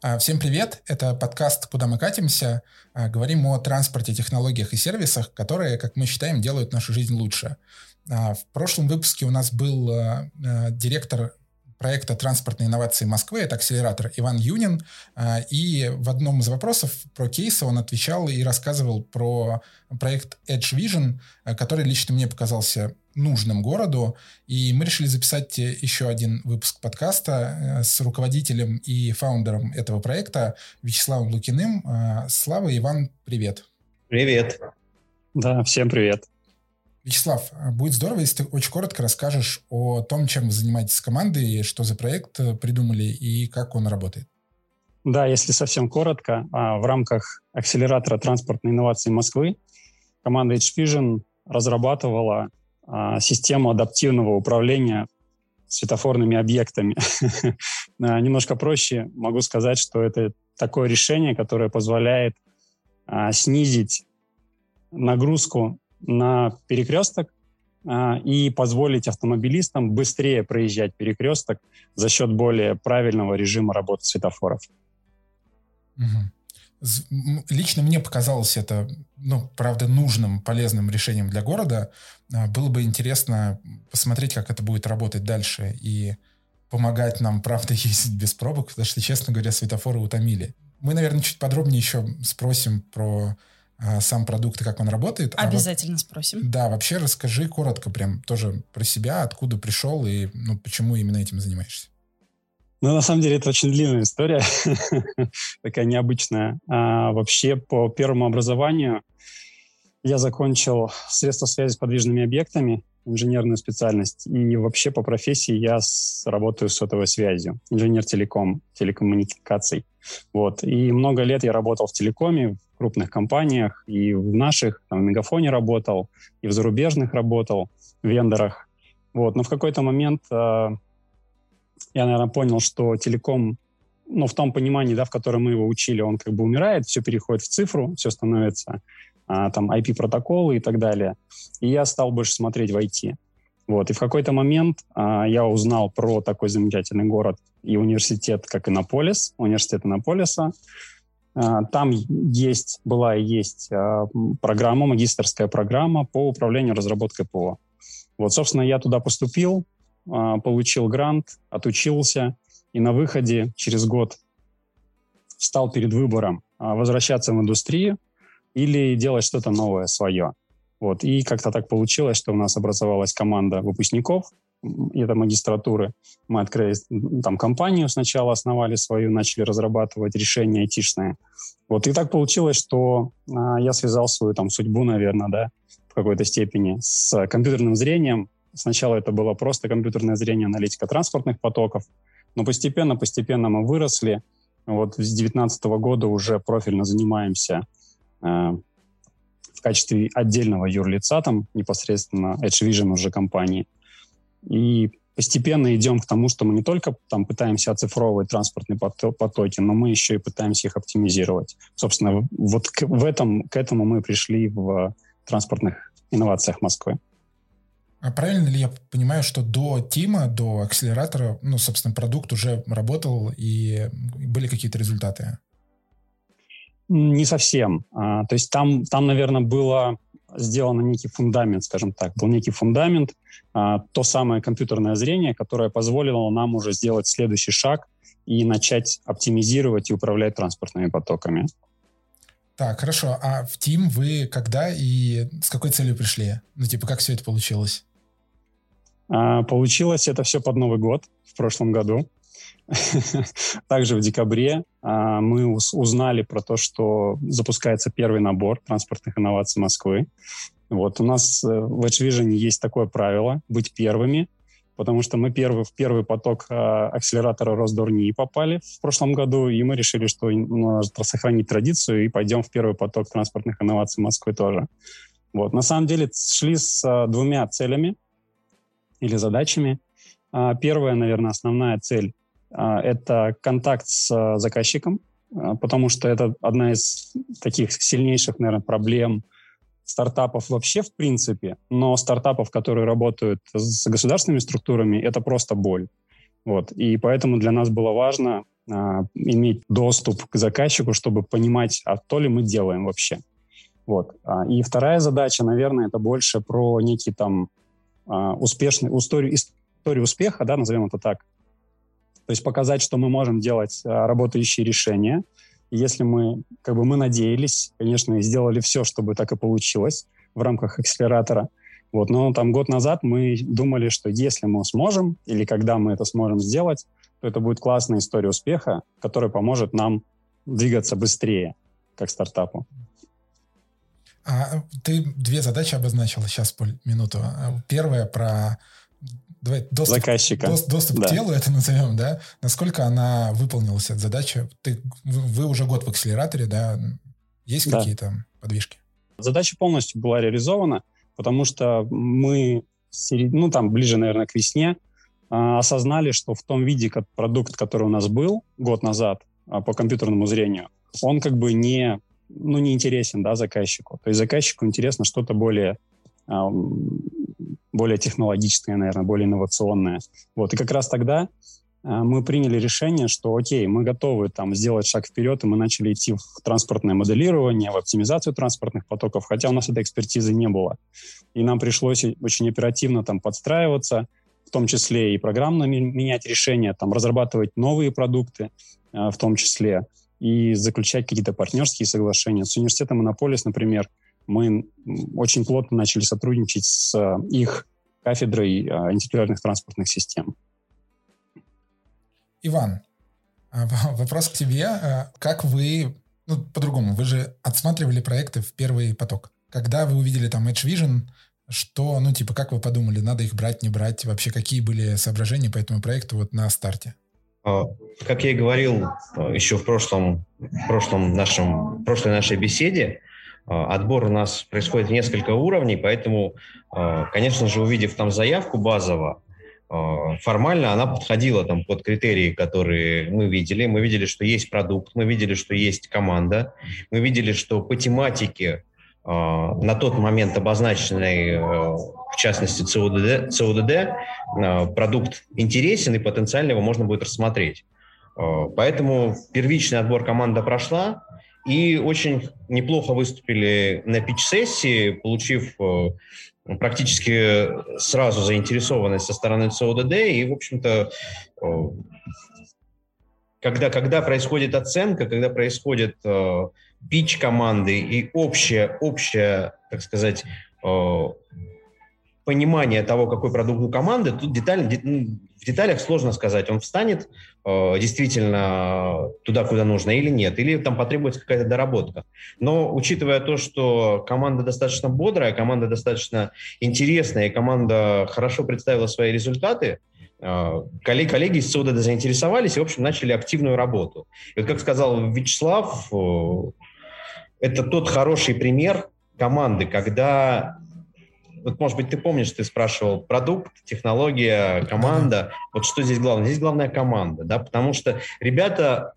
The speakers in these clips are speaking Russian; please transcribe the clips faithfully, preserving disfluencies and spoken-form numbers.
А, Всем привет! Это подкаст «Куда мы катимся?». А, Говорим о транспорте, технологиях и сервисах, которые, как мы считаем, делают нашу жизнь лучше. А, В прошлом выпуске у нас был а, а, директор проекта «Транспортные инновации Москвы», это акселератор Иван Юнин, а, и в одном из вопросов про кейсы он отвечал и рассказывал про проект Edge Vision, а, который лично мне показался нужным городу, и мы решили записать еще один выпуск подкаста с руководителем и фаундером этого проекта Вячеславом Лукиным. Слава, Иван, привет. Привет. Да, всем привет. Вячеслав, будет здорово, если ты очень коротко расскажешь о том, чем вы занимаетесь с командой, что за проект придумали и как он работает. Да, если совсем коротко, в рамках акселератора транспортной инновации Москвы команда Edge Vision разрабатывала систему адаптивного управления светофорными объектами. Немножко проще могу сказать, что это такое решение, которое позволяет снизить нагрузку на перекресток и позволить автомобилистам быстрее проезжать перекресток за счет более правильного режима работы светофоров. Угу. Лично мне показалось это, ну, правда, нужным, полезным решением для города. Было бы интересно посмотреть, как это будет работать дальше и помогать нам, правда, ездить без пробок, потому что, честно говоря, светофоры утомили. Мы, наверное, чуть подробнее еще спросим про а, сам продукт и как он работает. Обязательно а вот, спросим. Да, вообще расскажи коротко прям тоже про себя, откуда пришел и ну, почему именно этим занимаешься. Ну, на самом деле, это очень длинная история, такая необычная. А, вообще, по первому образованию я закончил средства связи с подвижными объектами, инженерную специальность, и вообще по профессии я с, работаю с сотовой связью, инженер-телеком, телекоммуникаций. Вот. И много лет я работал в телекоме, в крупных компаниях, и в наших, там, в Мегафоне работал, и в зарубежных работал, в вендорах. Вот. Но в какой-то момент... Я, наверное, понял, что телеком, ну, в том понимании, да, в котором мы его учили, он как бы умирает, все переходит в цифру, все становится а, там ай пи-протоколы и так далее. И я стал больше смотреть в ай ти. Вот. И в какой-то момент а, я узнал про такой замечательный город и университет, как Иннополис, университет Иннополиса. А, там есть, была и есть а, программа, магистерская программа по управлению разработкой ПО. Вот, собственно, я туда поступил, получил грант, отучился, и на выходе через год встал перед выбором возвращаться в индустрию или делать что-то новое свое. Вот. И как-то так получилось, что у нас образовалась команда выпускников этой магистратуры. Мы открыли там компанию сначала, основали свою, начали разрабатывать решения айтишные. Вот. И так получилось, что а, я связал свою там судьбу, наверное, да, в какой-то степени с компьютерным зрением. Сначала это было просто компьютерное зрение, аналитика транспортных потоков, но постепенно-постепенно мы выросли. Вот с две тысячи девятнадцатого года уже профильно занимаемся э, в качестве отдельного юрлица, там непосредственно Edge Vision уже компании. И постепенно идем к тому, что мы не только там пытаемся оцифровывать транспортные потоки, но мы еще и пытаемся их оптимизировать. Собственно, вот к, в этом, к этому мы пришли в транспортных инновациях Москвы. А правильно ли я понимаю, что до Тима, до акселератора, ну, собственно, продукт уже работал и были какие-то результаты? Не совсем. А, то есть там, там, наверное, было сделано некий фундамент, скажем так. Был некий фундамент, а, то самое компьютерное зрение, которое позволило нам уже сделать следующий шаг и начать оптимизировать и управлять транспортными потоками. Так, хорошо. А в Тим вы когда и с какой целью пришли? Ну, типа, как все это получилось? А, получилось это все под Новый год в прошлом году. Также в декабре а, мы уз- узнали про то, что запускается первый набор транспортных инноваций Москвы. Вот. У нас э, в Edge Vision есть такое правило — быть первыми, потому что мы первый, в первый поток а, акселератора Росдор-НИИ попали в прошлом году, и мы решили, что нужно сохранить традицию и пойдем в первый поток транспортных инноваций Москвы тоже. Вот. На самом деле шли с а, двумя целями или задачами. А, первая, наверное, основная цель а, — это контакт с а, заказчиком, а, потому что это одна из таких сильнейших, наверное, проблем стартапов вообще в принципе, но стартапов, которые работают с государственными структурами, это просто боль. Вот. И поэтому для нас было важно иметь доступ к заказчику, чтобы понимать, а то ли мы делаем вообще. Вот. И вторая задача, наверное, это больше про некий там успешный, историю, историю успеха, да, назовем это так. То есть показать, что мы можем делать работающие решения. И если мы, как бы мы надеялись, конечно, и сделали все, чтобы так и получилось в рамках акселератора. Вот. Но там год назад мы думали, что если мы сможем, или когда мы это сможем сделать, то это будет классная история успеха, которая поможет нам двигаться быстрее, как стартапу. А ты две задачи обозначил сейчас, Поль, минуту. Первая про давай, доступ, заказчика. До, доступ да. к делу, это назовем, да? Насколько она выполнилась, эта задача? Ты, вы уже год в акселераторе, да? Есть да. какие-то подвижки? Задача полностью была реализована, потому что мы, ну, там, ближе, наверное, к весне, осознали, что в том виде, как продукт, который у нас был год назад по компьютерному зрению, он как бы не, ну, не интересен, да, заказчику. То есть заказчику интересно что-то более, более технологическое, наверное, более инновационное. Вот. И как раз тогда мы приняли решение, что окей, мы готовы там сделать шаг вперед, и мы начали идти в транспортное моделирование, в оптимизацию транспортных потоков, хотя у нас этой экспертизы не было. И нам пришлось очень оперативно там подстраиваться, в том числе и программно менять решения, там, разрабатывать новые продукты, э, в том числе, и заключать какие-то партнерские соглашения. С университетом Иннополис, например, мы очень плотно начали сотрудничать с их кафедрой э, интеллектуальных транспортных систем. Иван, вопрос к тебе. Как вы, ну, по-другому, вы же отсматривали проекты в первый поток. Когда вы увидели там Edge Vision, что, ну, типа, как вы подумали, надо их брать, не брать? Вообще, какие были соображения по этому проекту вот на старте? Как я и говорил еще в прошлом, в прошлом нашем, в прошлой нашей беседе, отбор у нас происходит в несколько уровней, поэтому, конечно же, увидев там заявку базово, формально она подходила там под критерии, которые мы видели. Мы видели, что есть продукт, мы видели, что есть команда, мы видели, что по тематике на тот момент обозначенный, в частности, ЦОДД, ЦОДД, продукт интересен и потенциально его можно будет рассмотреть. Поэтому первичный отбор команда прошла и очень неплохо выступили на питч-сессии, получив практически сразу заинтересованность со стороны ЦОДД. И, в общем-то, когда, когда происходит оценка, когда происходит питч команды и общее, общее, так сказать, э, понимание того, какой продукт у команды, тут деталь, де, в деталях сложно сказать, он встанет э, действительно туда, куда нужно или нет, или там потребуется какая-то доработка. Но учитывая то, что команда достаточно бодрая, команда достаточно интересная, и команда хорошо представила свои результаты, э, коллеги, коллеги из ЦОДД заинтересовались и, в общем, начали активную работу. И вот, как сказал Вячеслав, э, это тот хороший пример команды, когда, вот, может быть, ты помнишь, ты спрашивал, продукт, технология, команда, вот что здесь главное? Здесь главная команда, да, потому что ребята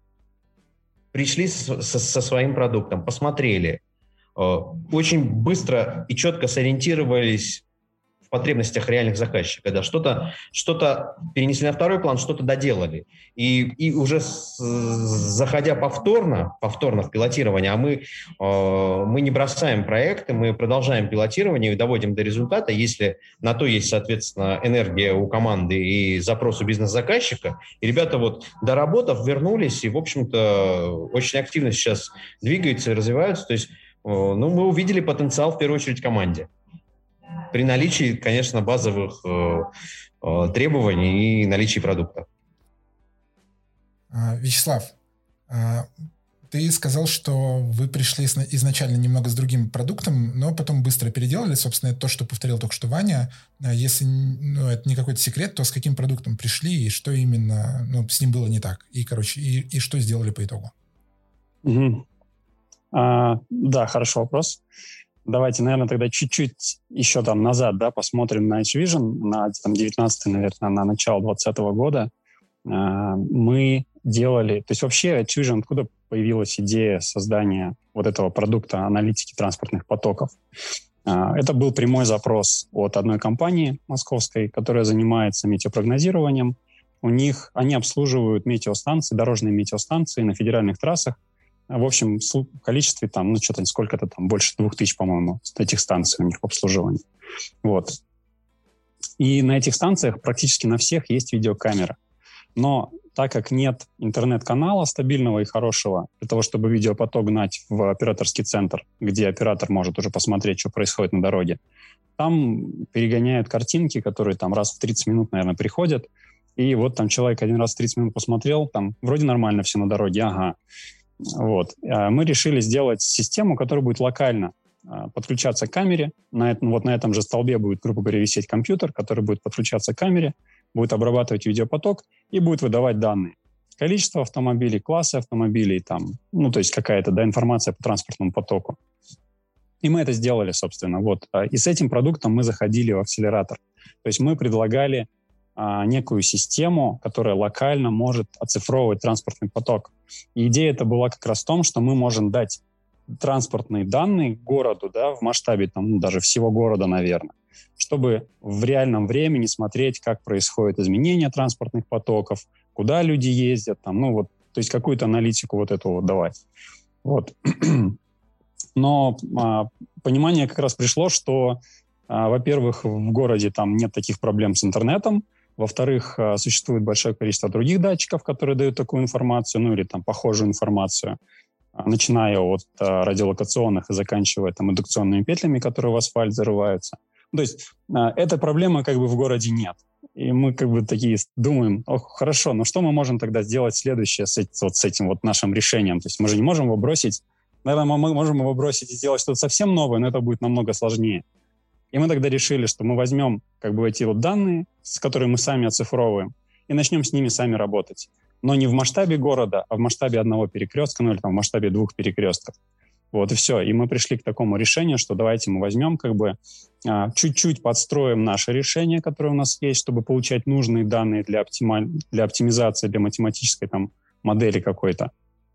пришли со, со, со своим продуктом, посмотрели, э, очень быстро и четко сориентировались в потребностях реальных заказчиков, да, что-то, что-то перенесли на второй план, что-то доделали. И, и уже с, заходя повторно, повторно в пилотирование, а мы, э, мы не бросаем проекты, мы продолжаем пилотирование и доводим до результата, если на то есть, соответственно, энергия у команды и запрос у бизнес-заказчика. И ребята вот, доработав, вернулись и, в общем-то, очень активно сейчас двигаются и развиваются. То есть, э, ну, мы увидели потенциал в первую очередь в команде. При наличии, конечно, базовых э, э, требований и наличии продукта. Вячеслав, ты сказал, что вы пришли изначально немного с другим продуктом, но потом быстро переделали. Собственно, это то, что повторил только что Ваня. Если, ну, это не какой-то секрет, то с каким продуктом пришли и что именно, ну, с ним было не так? И, короче, и, и что сделали по итогу? Угу. А, да, хороший вопрос. Давайте, наверное, тогда чуть-чуть еще там назад, да, посмотрим на Edge Vision, на там, девятнадцатый, наверное, на начало двадцатого года. А, мы делали... То есть вообще Edge Vision, откуда появилась идея создания вот этого продукта аналитики транспортных потоков? А, это был прямой запрос от одной компании московской, которая занимается метеопрогнозированием. у них, они обслуживают метеостанции, дорожные метеостанции на федеральных трассах. В общем, в количестве там, ну, что-то сколько-то там, больше двух тысяч, по-моему, этих станций у них в обслуживании. Вот. И на этих станциях практически на всех есть видеокамера. Но так как нет интернет-канала стабильного и хорошего, для того, чтобы видеопоток гнать в операторский центр, где оператор может уже посмотреть, что происходит на дороге, там перегоняют картинки, которые там раз в тридцать минут, наверное, приходят. И вот там человек один раз в тридцать минут посмотрел, там вроде нормально все на дороге, ага. Вот. Мы решили сделать систему, которая будет локально подключаться к камере. На этом, вот на этом же столбе будет, грубо говоря, висеть компьютер, который будет подключаться к камере, будет обрабатывать видеопоток и будет выдавать данные. Количество автомобилей, классы автомобилей, там, ну, то есть какая-то, да, информация по транспортному потоку. И мы это сделали, собственно. Вот. И с этим продуктом мы заходили в акселератор. То есть мы предлагали а, некую систему, которая локально может оцифровывать транспортный поток. И идея это была как раз в том, что мы можем дать транспортные данные городу, да, в масштабе там, ну, даже всего города, наверное, чтобы в реальном времени смотреть, как происходит изменение транспортных потоков, куда люди ездят, там, ну вот, то есть какую-то аналитику вот эту вот давать. Вот. Но а, понимание как раз пришло, что, а, во-первых, в городе там нет таких проблем с интернетом, во-вторых, а, существует большое количество других датчиков, которые дают такую информацию, ну или там похожую информацию, начиная от а, радиолокационных и заканчивая там индукционными петлями, которые в асфальт зарываются. То есть а, этой проблемы как бы в городе нет. И мы как бы такие думаем, ох, хорошо, но что мы можем тогда сделать следующее с, вот, с этим вот нашим решением? То есть мы же не можем его бросить, наверное, мы можем его бросить и сделать что-то совсем новое, но это будет намного сложнее. И мы тогда решили, что мы возьмем как бы эти вот данные, с которыми мы сами оцифровываем, и начнем с ними сами работать. Но не в масштабе города, а в масштабе одного перекрестка, ну или там в масштабе двух перекрестков. Вот и все. И мы пришли к такому решению, что давайте мы возьмем как бы а, чуть-чуть подстроим наше решение, которое у нас есть, чтобы получать нужные данные для, оптималь... для оптимизации, для математической там модели какой-то.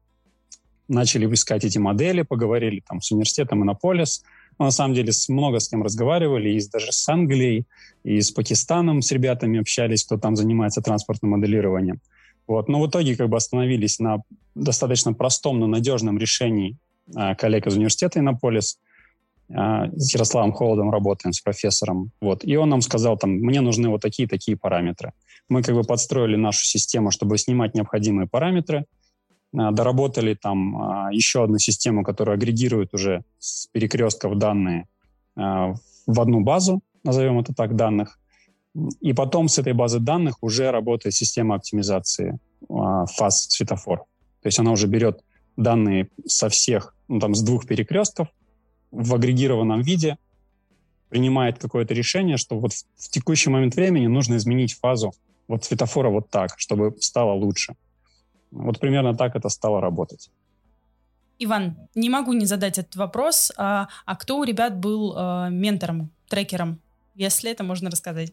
Начали искать эти модели, поговорили там с университетом Иннополис. Мы, на самом деле, много с кем разговаривали, и даже с Англией, и с Пакистаном с ребятами общались, кто там занимается транспортным моделированием. Вот. Но в итоге как бы остановились на достаточно простом, но надежном решении а, коллег из университета Иннополис. А, с Ярославом Холодом работаем, с профессором. Вот. И он нам сказал, там, мне нужны вот такие-такие параметры. Мы как бы подстроили нашу систему, чтобы снимать необходимые параметры. А, доработали там а, еще одну систему, которая агрегирует уже с перекрестков данные а, в одну базу, назовем это так, данных. И потом с этой базы данных уже работает система оптимизации а, фаз светофор. То есть она уже берет данные со всех, ну, там, с двух перекрестков в агрегированном виде, принимает какое-то решение, что вот в, в текущий момент времени нужно изменить фазу вот светофора вот так, чтобы стало лучше. Вот примерно так это стало работать. Иван, не могу не задать этот вопрос. А, а кто у ребят был а, ментором, трекером, если это можно рассказать?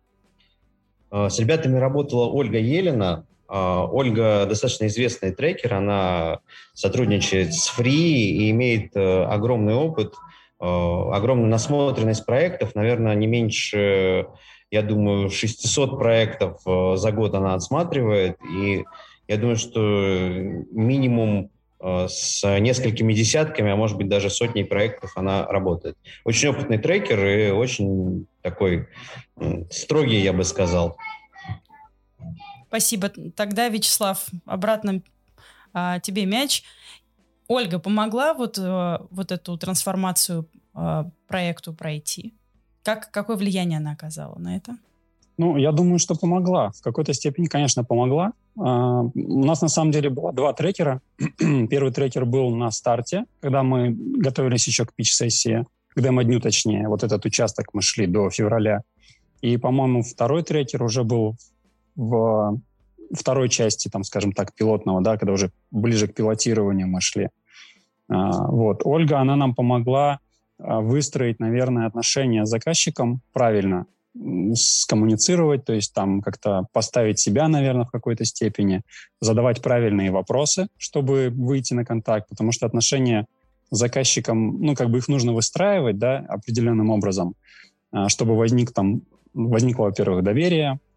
С ребятами работала Ольга Елена. Ольга достаточно известный трекер, она сотрудничает с Free и имеет огромный опыт, огромную насмотренность проектов, наверное, не меньше, я думаю, шестьсот проектов за год она отсматривает, и я думаю, что минимум с несколькими десятками, а может быть даже сотней проектов она работает. Очень опытный трекер и очень такой строгий, я бы сказал. Спасибо. Тогда, Вячеслав, обратно а, тебе мяч. Ольга помогла вот, а, вот эту трансформацию а, проекту пройти? Как, какое влияние она оказала на это? Ну, я думаю, что помогла. В какой-то степени, конечно, помогла. А, у нас, на самом деле, было два трекера. Первый трекер был на старте, когда мы готовились еще к питч-сессии, к демо-дню точнее. Вот этот участок мы шли до февраля. И, по-моему, второй трекер уже был в второй части, там, скажем так, пилотного, да, когда уже ближе к пилотированию мы шли. А, вот. Ольга, она нам помогла а, выстроить, наверное, отношения с заказчиком правильно, скоммуницировать, то есть там как-то поставить себя, наверное, в какой-то степени, задавать правильные вопросы, чтобы выйти на контакт, потому что отношения с заказчиком, ну, как бы их нужно выстраивать, да, определенным образом, а, чтобы возник там, возникло, во-первых, доверие,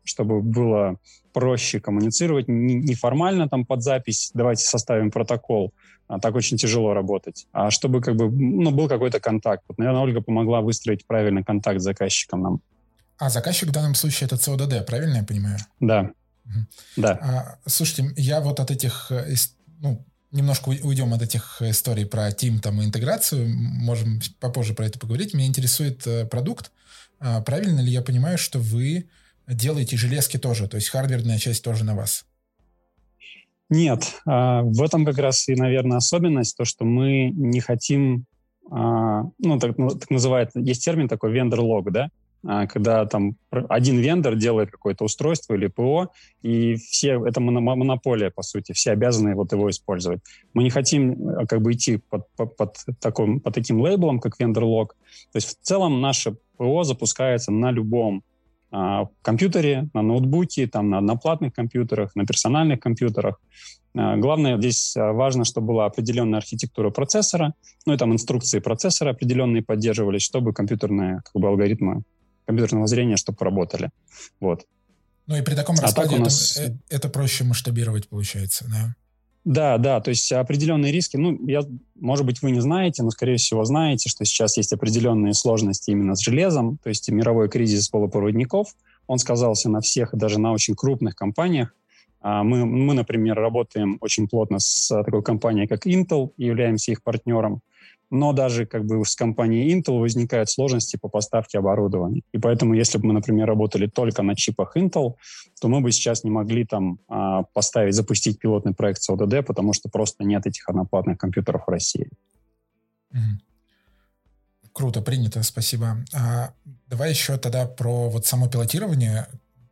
чтобы было проще коммуницировать, не, не формально там под запись, давайте составим протокол, а так очень тяжело работать, а чтобы как бы, ну, был какой-то контакт. Вот, наверное, Ольга помогла выстроить правильный контакт с заказчиком нам. А заказчик в данном случае это си о ди ди, правильно я понимаю? Да. Угу. Да. А, слушайте, я вот от этих, ну, немножко уйдем от этих историй про Team там, и интеграцию, можем попозже про это поговорить. Меня интересует продукт. А, правильно ли я понимаю, что вы делаете железки тоже, то есть хардверная часть тоже на вас? Нет, а, в этом как раз и, наверное, особенность, то, что мы не хотим, а, ну, так, так называют, есть термин такой vendor-lock, да, когда там один вендор делает какое-то устройство или ПО, и все, это монополия, по сути, все обязаны вот его использовать. Мы не хотим как бы идти под, под, под, таким, под таким лейблом, как вендор-лок. То есть в целом наше ПО запускается на любом а, компьютере, на ноутбуке, там, на, на платных компьютерах, на персональных компьютерах. А, главное, здесь важно, чтобы была определенная архитектура процессора, ну и там инструкции процессора определенные поддерживались, чтобы компьютерные как бы, алгоритмы компьютерного зрения, чтобы работали. Вот. Ну и при таком раскладе а так нас... это, это проще масштабировать, получается, да? Да, да, то есть определенные риски, ну, я, может быть, вы не знаете, но, скорее всего, знаете, что сейчас есть определенные сложности именно с железом, то есть мировой кризис полупроводников, он сказался на всех, даже на очень крупных компаниях. Мы, мы, например, работаем очень плотно с такой компанией, как Intel, и являемся их партнером. Но даже как бы с компанией Intel возникают сложности по поставке оборудования. И поэтому, если бы мы, например, работали только на чипах Intel, то мы бы сейчас не могли там поставить, запустить пилотный проект си о ди ди, потому что просто нет этих одноплатных компьютеров в России. Круто, принято, спасибо. А, давай еще тогда про вот само пилотирование.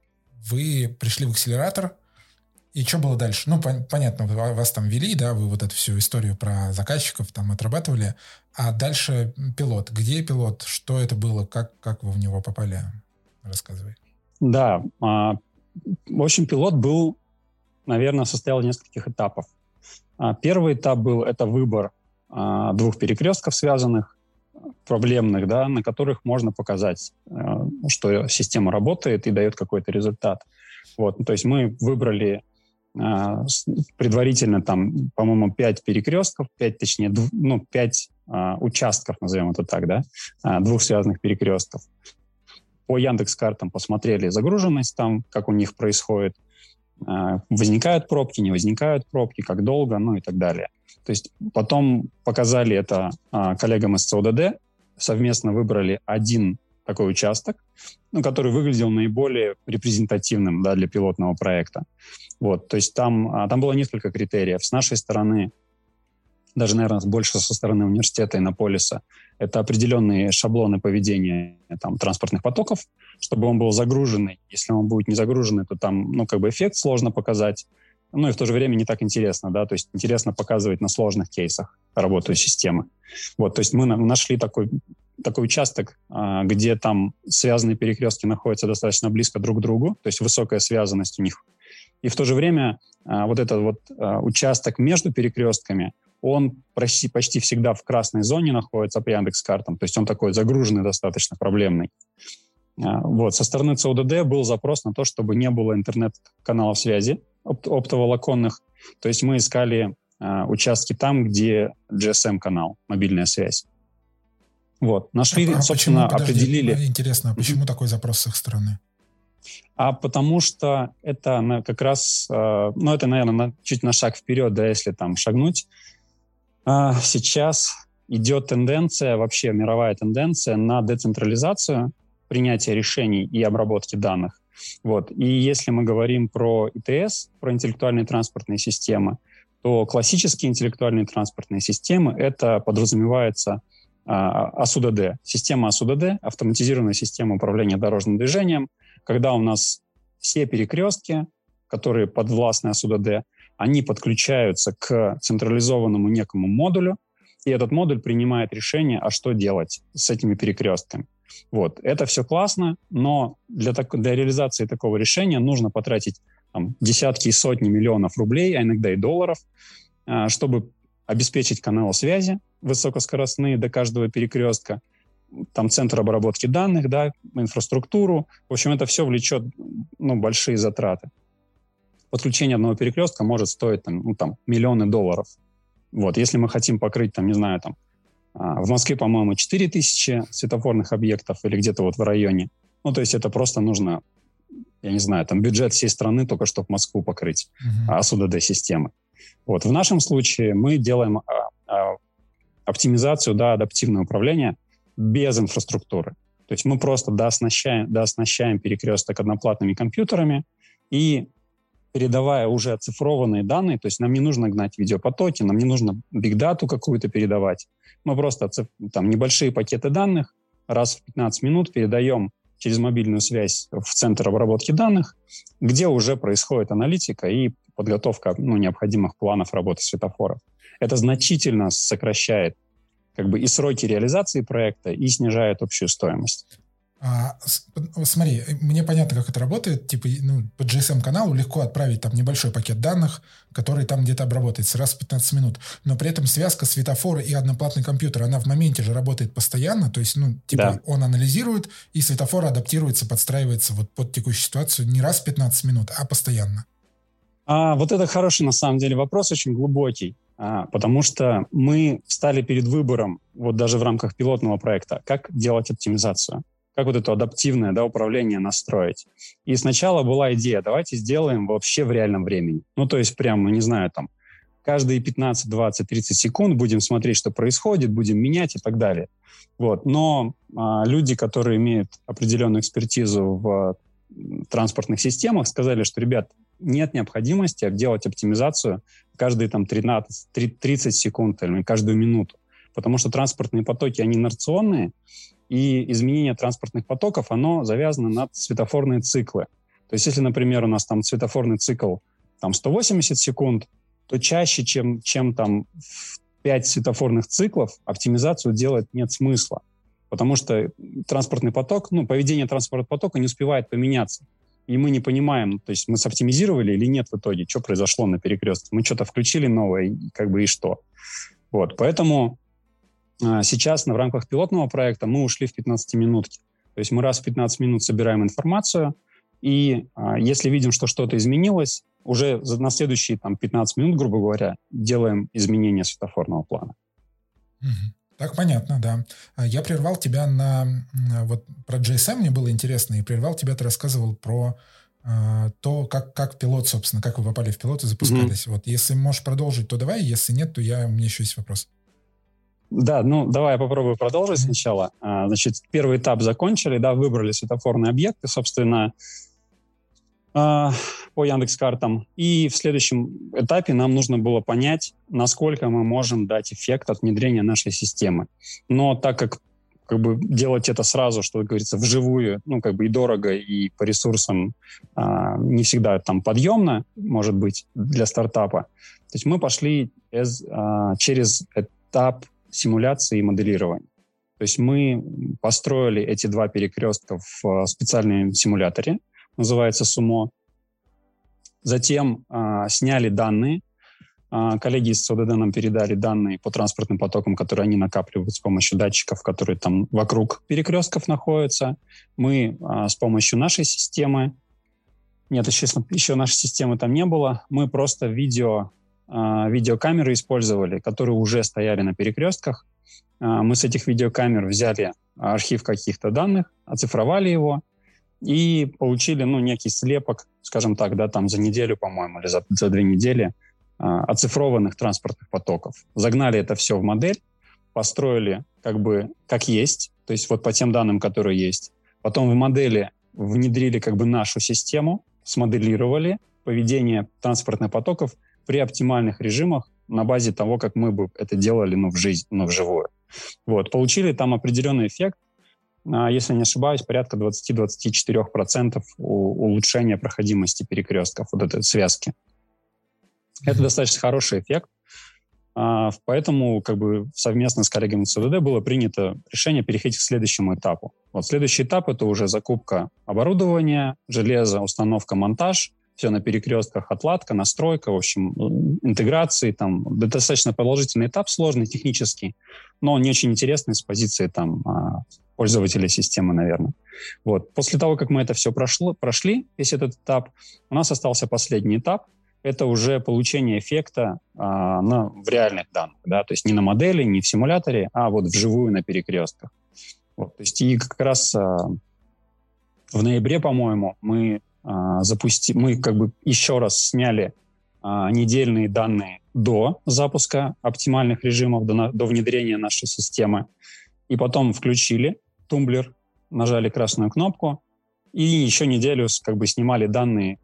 Вы пришли в акселератор, и что было дальше? Ну, пон- понятно, вас там вели, да, вы вот эту всю историю про заказчиков там отрабатывали, а дальше пилот. Где пилот? Что это было? Как, как вы в него попали? Рассказывай. Да, а, в общем, пилот был, наверное, состоял из нескольких этапов. А, первый этап был, это выбор а, двух перекрестков связанных, проблемных, да, на которых можно показать, а, что система работает и дает какой-то результат. Вот, то есть мы выбрали предварительно там, по-моему, пять перекрестков, пять, точнее, дв, ну, пять а, участков, назовем это так, да, а, двух связанных перекрестков. По Яндекс.Картам посмотрели загруженность там, как у них происходит, а, возникают пробки, не возникают пробки, как долго, ну и так далее. То есть потом показали это а, коллегам из си о ди ди, совместно выбрали один такой участок, ну, который выглядел наиболее репрезентативным, да, для пилотного проекта. Вот, то есть там, там было несколько критериев. С нашей стороны, даже, наверное, больше со стороны университета Иннополиса, это определенные шаблоны поведения там, транспортных потоков, чтобы он был загруженный. Если он будет не загруженный, то там, ну, как бы эффект сложно показать. Ну, и в то же время не так интересно, да, то есть интересно показывать на сложных кейсах работу системы. Вот, то есть мы нашли такой такой участок, где там связанные перекрестки находятся достаточно близко друг к другу, то есть высокая связанность у них. И в то же время вот этот вот участок между перекрестками, он почти, почти всегда в красной зоне находится по Яндекс.Картам, то есть он такой загруженный, достаточно проблемный. Вот. Со стороны си о ди ди был запрос на то, чтобы не было интернет-каналов связи опт- оптоволоконных, то есть мы искали участки там, где джи эс эм-канал, мобильная связь. Вот, нашли, а, собственно, почему, подожди, определили... Интересно, а почему mm-hmm. такой запрос с их стороны? А потому что это на, как раз, э, ну, это, наверное, на, чуть на шаг вперед, да, если там шагнуть. Э, сейчас идет тенденция, вообще мировая тенденция на децентрализацию принятия решений и обработки данных. Вот. И если мы говорим про и ти эс, про интеллектуальные транспортные системы, то классические интеллектуальные транспортные системы, это подразумевается эй эс ю ди ди, система эй эс ю ди ди, автоматизированная система управления дорожным движением, когда у нас все перекрестки, которые подвластны эй эс ю ди ди, они подключаются к централизованному некому модулю, и этот модуль принимает решение, а что делать с этими перекрестками. Вот. Это все классно, но для, так, для реализации такого решения нужно потратить там, десятки и сотни миллионов рублей, а иногда и долларов, чтобы обеспечить каналы связи высокоскоростные до каждого перекрестка, там центр обработки данных, да, инфраструктуру. В общем, это все влечет, ну, большие затраты. Подключение одного перекрестка может стоить там, ну, там, миллионы долларов. Вот, если мы хотим покрыть, там, не знаю, там, в Москве, по-моему, четыре тысячи светофорных объектов или где-то вот в районе. Ну, то есть это просто нужно, я не знаю, там бюджет всей страны только чтобы Москву покрыть, uh-huh. АСУ-ДД-системы. Вот, в нашем случае мы делаем а, а, оптимизацию, да, адаптивное управление без инфраструктуры. То есть мы просто дооснащаем, дооснащаем перекресток одноплатными компьютерами и, передавая уже оцифрованные данные, то есть нам не нужно гнать видеопотоки, нам не нужно бигдату какую-то передавать. Мы просто там небольшие пакеты данных раз в пятнадцать минут передаем через мобильную связь в центр обработки данных, где уже происходит аналитика и подготовка, ну, необходимых планов работы светофоров. Это значительно сокращает как бы и сроки реализации проекта, и снижает общую стоимость. А, смотри, мне понятно, как это работает. Типа, ну, по джи эс эм-каналу легко отправить там небольшой пакет данных, который там где-то обработается раз в пятнадцать минут. Но при этом связка светофора и одноплатный компьютер, она в моменте же работает постоянно. То есть, ну, типа, да. он анализирует, и светофор адаптируется, подстраивается вот под текущую ситуацию не раз в пятнадцать минут, а постоянно. А, вот это хороший, на самом деле, вопрос, очень глубокий. А, потому что мы встали перед выбором, вот даже в рамках пилотного проекта, как делать оптимизацию. Как вот это адаптивное, да, управление настроить. И сначала была идея, давайте сделаем вообще в реальном времени. Ну, то есть прямо, не знаю, там, каждые пятнадцать, двадцать, тридцать секунд будем смотреть, что происходит, будем менять и так далее. Вот. Но а, люди, которые имеют определенную экспертизу в транспортных системах, сказали, что, ребят, нет необходимости делать оптимизацию каждые там тринадцать, тридцать секунд или каждую минуту. Потому что транспортные потоки, они инерционные, и изменение транспортных потоков, оно завязано на светофорные циклы. То есть если, например, у нас там светофорный цикл там, сто восемьдесят секунд, то чаще, чем, чем там в пять светофорных циклов, оптимизацию делать нет смысла. Потому что транспортный поток, ну, поведение транспортного потока не успевает поменяться. И мы не понимаем, то есть мы соптимизировали или нет в итоге, что произошло на перекрестке. Мы что-то включили новое, и как бы и что. Вот, поэтому сейчас в рамках пилотного проекта мы ушли в пятнадцатиминутки. То есть мы раз в пятнадцать минут собираем информацию, и а, если видим, что что-то изменилось, уже на следующие там, пятнадцать минут, грубо говоря, делаем изменения светофорного плана. Так, понятно, да. Я прервал тебя на... Вот про джи эс эм мне было интересно, и прервал тебя, ты рассказывал про а, то, как, как пилот, собственно, как вы попали в пилот и запускались. Mm-hmm. Вот если можешь продолжить, то давай, если нет, то я, у меня еще есть вопрос. Да, ну давай я попробую продолжить mm-hmm. сначала. А, значит, первый этап закончили, да, выбрали светофорные объекты, собственно, а, по Яндекс.Картам. И в следующем этапе нам нужно было понять, насколько мы можем дать эффект от внедрения нашей системы. Но так как, как бы делать это сразу, что говорится, вживую, ну как бы и дорого, и по ресурсам а, не всегда там подъемно, может быть, для стартапа. То есть мы пошли из, а, через этап симуляции и моделирования. То есть мы построили эти два перекрестка в специальном симуляторе, называется СУМО. Затем э, сняли данные. Э, коллеги из СУДД нам передали данные по транспортным потокам, которые они накапливают с помощью датчиков, которые там вокруг перекрестков находятся. Мы э, с помощью нашей системы, нет, еще, еще нашей системы там не было, мы просто видео видеокамеры использовали, которые уже стояли на перекрестках. Мы с этих видеокамер взяли архив каких-то данных, оцифровали его и получили, ну, некий слепок, скажем так, да, там за неделю, по-моему, или за, за две недели оцифрованных транспортных потоков. Загнали это все в модель, построили как бы как есть, то есть вот по тем данным, которые есть. Потом в модели внедрили как бы нашу систему, смоделировали поведение транспортных потоков при оптимальных режимах на базе того, как мы бы это делали, ну, в жизнь, ну, вживую. Вот. Получили там определенный эффект, если не ошибаюсь, порядка двадцать-двадцать четыре процента улучшения проходимости перекрестков, вот этой связки. Это достаточно хороший эффект. Поэтому как бы совместно с коллегами из СУДД было принято решение переходить к следующему этапу. Вот следующий этап — это уже закупка оборудования, железа, установка, монтаж. все на перекрестках, отладка, настройка, в общем, интеграции. Там достаточно продолжительный этап, сложный, технический, но не очень интересный с позиции там, пользователя системы, наверное. Вот. После того, как мы это все прошло, прошли, весь этот этап, у нас остался последний этап. Это уже получение эффекта а, на, в реальных данных. Да? То есть не на модели, не в симуляторе, а вот вживую на перекрестках. Вот. То есть и как раз а, в ноябре, по-моему, мы а, запусти, мы как бы еще раз сняли а, недельные данные до запуска оптимальных режимов, до, до внедрения нашей системы. И потом включили тумблер, нажали красную кнопку и еще неделю как бы снимали данные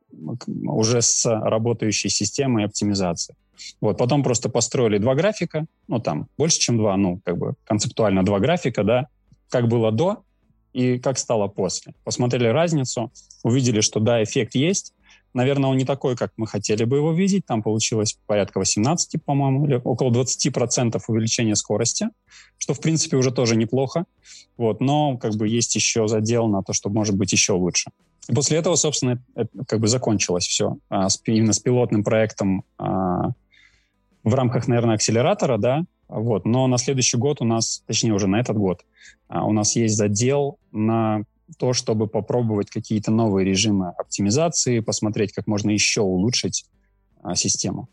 уже с работающей системой оптимизации. Вот, потом просто построили два графика, ну там больше, чем два, ну как бы концептуально два графика, да, как было до и как стало после. Посмотрели разницу, увидели, что да, эффект есть. Наверное, он не такой, как мы хотели бы его видеть. Там получилось порядка восемнадцать, по-моему, или около двадцать процентов увеличения скорости, что, в принципе, уже тоже неплохо. Вот, но как бы есть еще задел на то, что может быть еще лучше. И после этого, собственно, это, как бы закончилось все. А, с, именно с пилотным проектом а, в рамках, наверное, акселератора, да. Вот. Но на следующий год у нас, точнее уже на этот год, а, у нас есть задел на то, чтобы попробовать какие-то новые режимы оптимизации, посмотреть, как можно еще улучшить а, систему.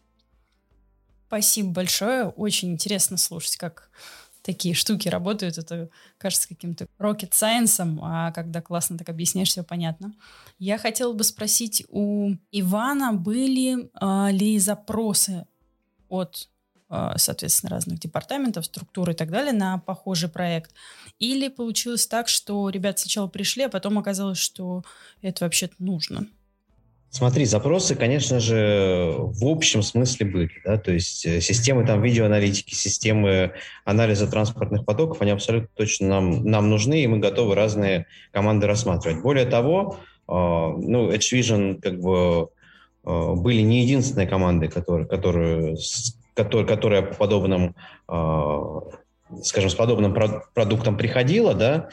Спасибо большое. Очень интересно слушать, как такие штуки работают. Это кажется каким-то rocket science, а когда классно так объясняешь, все понятно. Я хотела бы спросить у Ивана, были а, ли запросы от, а, соответственно, разных департаментов, структур и так далее на похожий проект? Или получилось так, что ребята сначала пришли, а потом оказалось, что это вообще-то нужно? Смотри, запросы, конечно же, в общем смысле были, да, то есть системы там видеоаналитики, системы анализа транспортных потоков, они абсолютно точно нам, нам нужны, и мы готовы разные команды рассматривать. Более того, э, ну, Edge Vision как бы э, были не единственные команды, которые, которые, которые, которые по подобным э, скажем, с подобным продуктом приходила, да,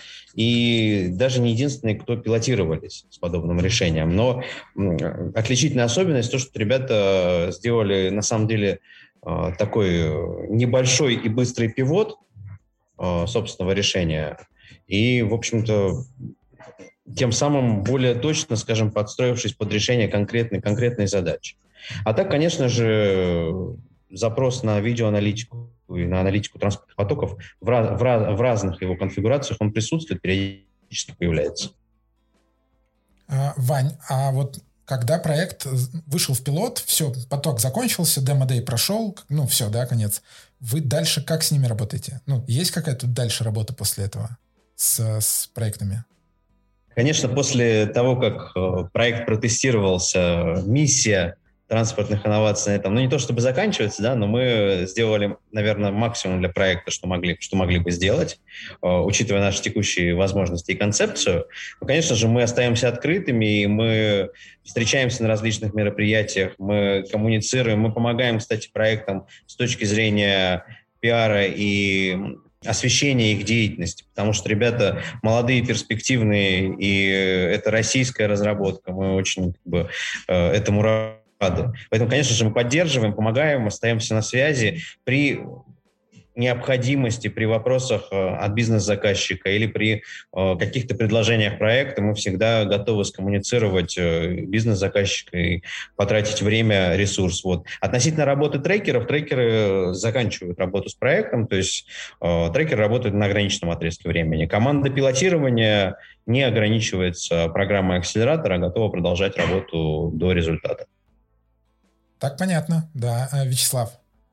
и даже не единственные, кто пилотировались с подобным решением. Но отличительная особенность то, что ребята сделали, на самом деле, такой небольшой и быстрый пивот собственного решения, и, в общем-то, тем самым более точно, скажем, подстроившись под решение конкретной, конкретной задачи. А так, конечно же, запрос на видеоаналитику и на аналитику транспортных потоков в, раз, в, раз, в разных его конфигурациях он присутствует, периодически появляется. А, Вань, а вот когда проект вышел в пилот, все, поток закончился, демо-дэй прошел, ну все, да, конец. Вы дальше как с ними работаете? Ну, есть какая-то дальше работа после этого с, с проектами? Конечно, после того, как проект протестировался, миссия транспортных инноваций на этом, ну, не то чтобы заканчивается, да, но мы сделали, наверное, максимум для проекта, что могли, что могли бы сделать, э, учитывая наши текущие возможности и концепцию. Но, конечно же, мы остаемся открытыми, и мы встречаемся на различных мероприятиях, мы коммуницируем, мы помогаем, кстати, проектам с точки зрения пиара и освещения их деятельности, потому что ребята молодые, перспективные, и это российская разработка, мы очень как бы, э, этому рады. Поэтому, конечно же, мы поддерживаем, помогаем, остаемся на связи при необходимости, при вопросах от бизнес-заказчика или при каких-то предложениях проекта. Мы всегда готовы скоммуницировать бизнес-заказчика и потратить время, ресурс. Вот. Относительно работы трекеров, трекеры заканчивают работу с проектом, то есть трекеры работают на ограниченном отрезке времени. Команда пилотирования не ограничивается программой акселератора, а готова продолжать работу до результата. Так понятно, да. Вячеслав,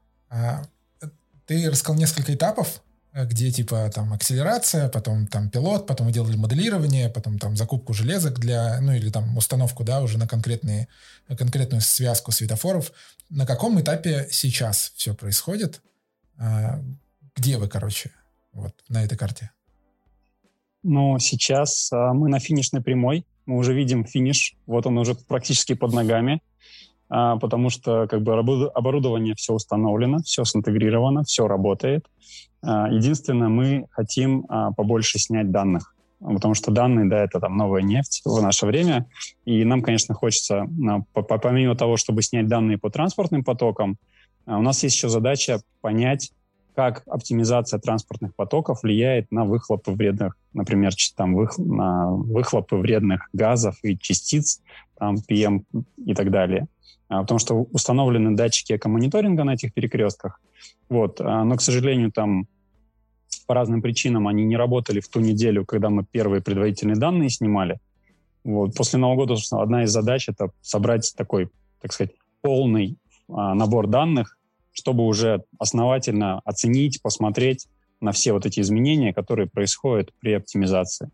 ты рассказал несколько этапов, где типа там акселерация, потом там пилот, потом вы делали моделирование, потом там закупку железок для, ну или там установку, да, уже на конкретные, конкретную связку светофоров. На каком этапе сейчас все происходит? Где вы, короче, вот на этой карте? Ну, сейчас мы на финишной прямой, мы уже видим финиш, вот он уже практически под ногами. Потому что как бы оборудование все установлено, все синтегрировано, все работает. Единственное, мы хотим побольше снять данных. потому что данные, да, это там новая нефть в наше время, и нам, конечно, хочется, помимо того, чтобы снять данные по транспортным потокам, у нас есть еще задача понять, как оптимизация транспортных потоков влияет на выхлопы вредных, например, там, вых, на выхлопы вредных газов и частиц, там, пи эм и так далее. Потому что установлены датчики экомониторинга на этих перекрестках, вот, но, к сожалению, там по разным причинам они не работали в ту неделю, когда мы первые предварительные данные снимали. Вот. После Нового года, собственно, одна из задач — это собрать такой, так сказать, полный а, набор данных, чтобы уже основательно оценить, посмотреть на все вот эти изменения, которые происходят при оптимизации.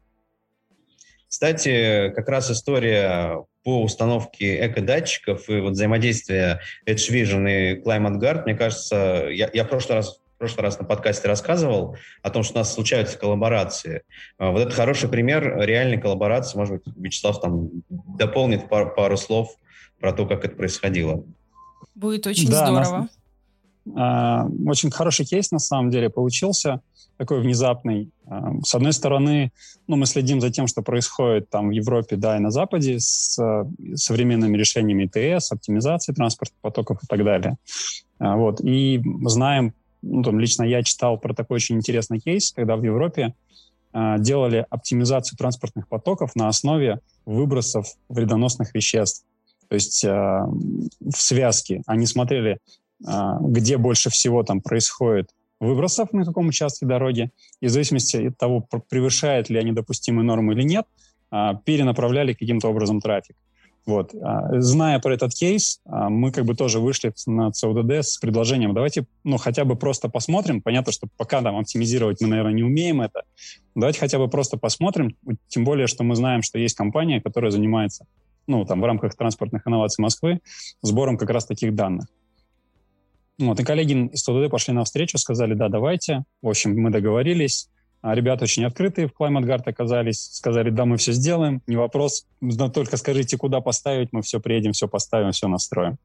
Кстати, как раз история по установке экодатчиков и вот взаимодействия Edge Vision и Climate Guard, мне кажется, я, я в прошлый раз В прошлый раз на подкасте рассказывал о том, что у нас случаются коллаборации. Вот это хороший пример реальной коллаборации. Может быть, Вячеслав там дополнит пару, пару слов про то, как это происходило. Будет очень да, здорово. Нас, э, очень хороший кейс, на самом деле, получился. Такой внезапный. Э, с одной стороны, ну, мы следим за тем, что происходит там в Европе, да, и на Западе с э, современными решениями и тэ эс, оптимизации транспортных потоков и так далее. Э, вот. И знаем, ну, там, лично я читал про такой очень интересный кейс, когда в Европе э, делали оптимизацию транспортных потоков на основе выбросов вредоносных веществ. То есть э, в связке они смотрели, э, где больше всего там происходит выбросов на каком участке дороги, и в зависимости от того, превышает ли они допустимые нормы или нет, э, перенаправляли каким-то образом трафик. Вот. Зная про этот кейс, мы как бы тоже вышли на цэ о дэ дэ с предложением, давайте, ну, хотя бы просто посмотрим. Понятно, что пока там оптимизировать мы, наверное, не умеем это. Давайте хотя бы просто посмотрим, тем более, что мы знаем, что есть компания, которая занимается, ну, там, в рамках транспортных инноваций Москвы сбором как раз таких данных. Вот. И коллеги из цэ о дэ дэ пошли навстречу, сказали, да, давайте. В общем, мы договорились. Ребята очень открытые в Climate Guard оказались, сказали, да, мы все сделаем, не вопрос, но только скажите, куда поставить, мы все приедем, все поставим, все настроим.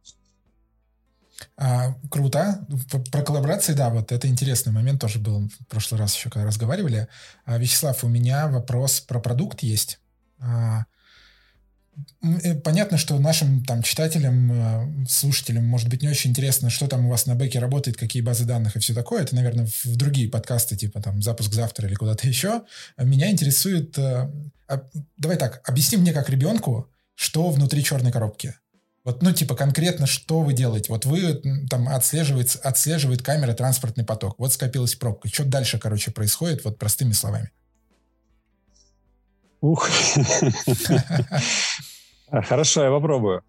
А, круто. Про коллаборации, да, вот это интересный момент тоже был в прошлый раз еще, когда разговаривали. А, Вячеслав, у меня вопрос про продукт есть. А, понятно, что нашим там читателям, слушателям может быть не очень интересно, что там у вас на бэке работает, какие базы данных и все такое. Это, наверное, в другие подкасты, типа там «Запуск завтра» или куда-то еще. Меня интересует... Давай так, объясни мне как ребенку, что внутри черной коробки. Вот, ну, типа, конкретно, что вы делаете? Вот вы там отслеживает, отслеживает камера транспортный поток. Вот скопилась пробка. Что дальше, короче, происходит? Вот простыми словами. Ух. Хорошо, я попробую.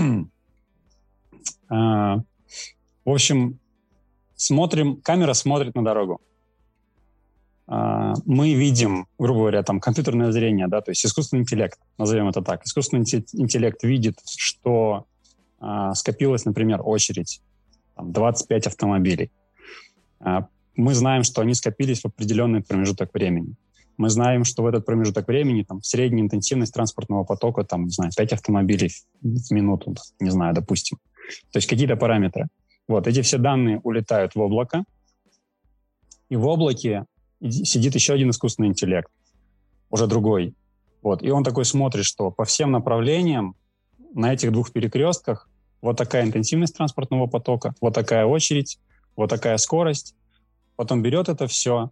В общем, смотрим, камера смотрит на дорогу. Мы видим, грубо говоря, там компьютерное зрение, да, то есть искусственный интеллект, назовем это так. Искусственный интеллект видит, что скопилась, например, очередь, там, двадцать пять автомобилей. Мы знаем, что они скопились в определенный промежуток времени. Мы знаем, что в этот промежуток времени там, средняя интенсивность транспортного потока, там, не знаю, пять автомобилей в минуту, не знаю, допустим. То есть какие-то параметры. Вот, эти все данные улетают в облако, и в облаке сидит еще один искусственный интеллект, уже другой. Вот, и он такой смотрит, что по всем направлениям на этих двух перекрестках вот такая интенсивность транспортного потока, вот такая очередь, вот такая скорость. Потом берет это все,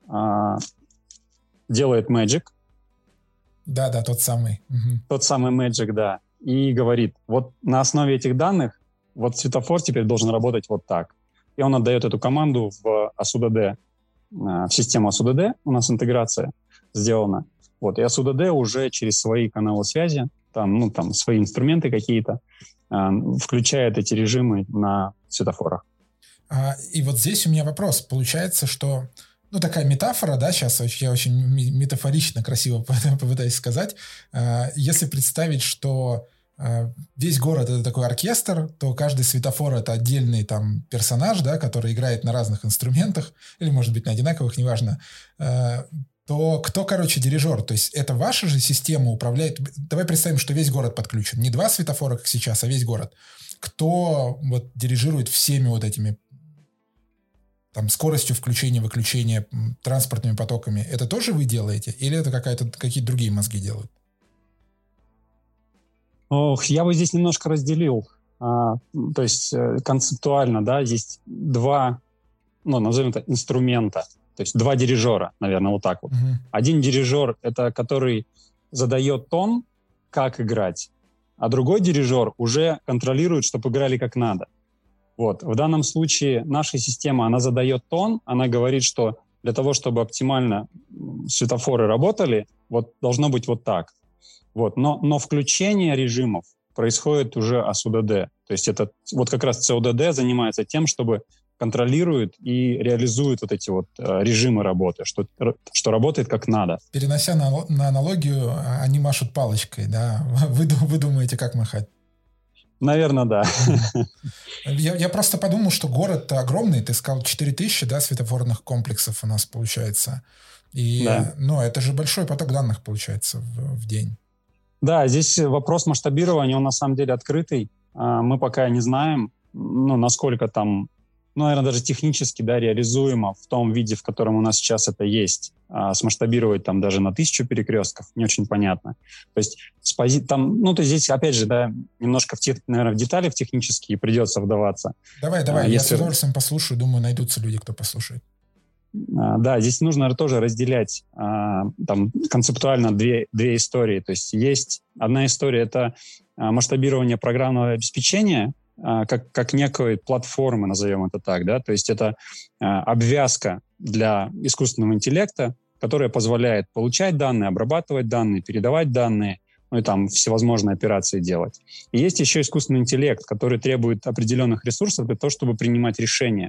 делает Magic. Да, да, тот самый. Угу. Тот самый Magic, да. И говорит, вот на основе этих данных вот светофор теперь должен работать вот так. И он отдает эту команду в эй эс ю ди ди, в систему эй эс ю ди ди, у нас интеграция сделана. Вот, и эй эс ю ди ди уже через свои каналы связи, там, ну, там, свои инструменты какие-то, включает эти режимы на светофорах. А, и вот здесь у меня вопрос. Получается, что ну, такая метафора, да, сейчас я очень метафорично, красиво попытаюсь сказать. Если представить, что весь город — это такой оркестр, то каждый светофор — это отдельный там персонаж, да, который играет на разных инструментах, или, может быть, на одинаковых, неважно, то кто, короче, дирижер? То есть это ваша же система управляет? Давай представим, что весь город подключен. Не два светофора, как сейчас, а весь город. Кто вот дирижирует всеми вот этими там, скоростью включения-выключения, транспортными потоками, это тоже вы делаете? Или это какая-то, какие-то другие мозги делают? Ох, я бы здесь немножко разделил. А, то есть концептуально, да, есть два, ну, назовем это, инструмента. То есть два дирижера, наверное, вот так вот. Uh-huh. Один дирижер — это который задает тон, как играть, а другой дирижер уже контролирует, чтобы играли как надо. Вот. В данном случае наша система, она задает тон, она говорит, что для того, чтобы оптимально светофоры работали, вот должно быть вот так. Вот. Но, но включение режимов происходит уже ас УДД. То есть это вот как раз ЦОДД занимается тем, чтобы контролирует и реализует вот эти вот э, режимы работы, что, что работает как надо. Перенося на, на аналогию, они машут палочкой, да? Вы, вы думаете, как махать? Наверное, да. Я, я просто подумал, что город огромный. Ты сказал, четыре тысячи, да, светофорных комплексов у нас получается. И, да. Ну, это же большой поток данных получается в, в день. Да, здесь вопрос масштабирования, он на самом деле открытый. Мы пока не знаем, ну, насколько там, ну, наверное, даже технически, да, реализуемо в том виде, в котором у нас сейчас это есть. А смасштабировать там даже на тысячу перекрестков не очень понятно. То есть с пози... там, ну, то есть здесь, опять же, да, немножко, в тех, наверное, в детали в технические придется вдаваться. Давай, давай, а, я если... с удовольствием послушаю, думаю, найдутся люди, кто послушает. А, да, здесь нужно тоже разделять а, там концептуально две, две истории. То есть есть одна история — это а, масштабирование программного обеспечения, Как, как некой платформы, назовем это так, да, то есть это э, обвязка для искусственного интеллекта, которая позволяет получать данные, обрабатывать данные, передавать данные, ну и там всевозможные операции делать. И есть еще искусственный интеллект, который требует определенных ресурсов для того, чтобы принимать решения.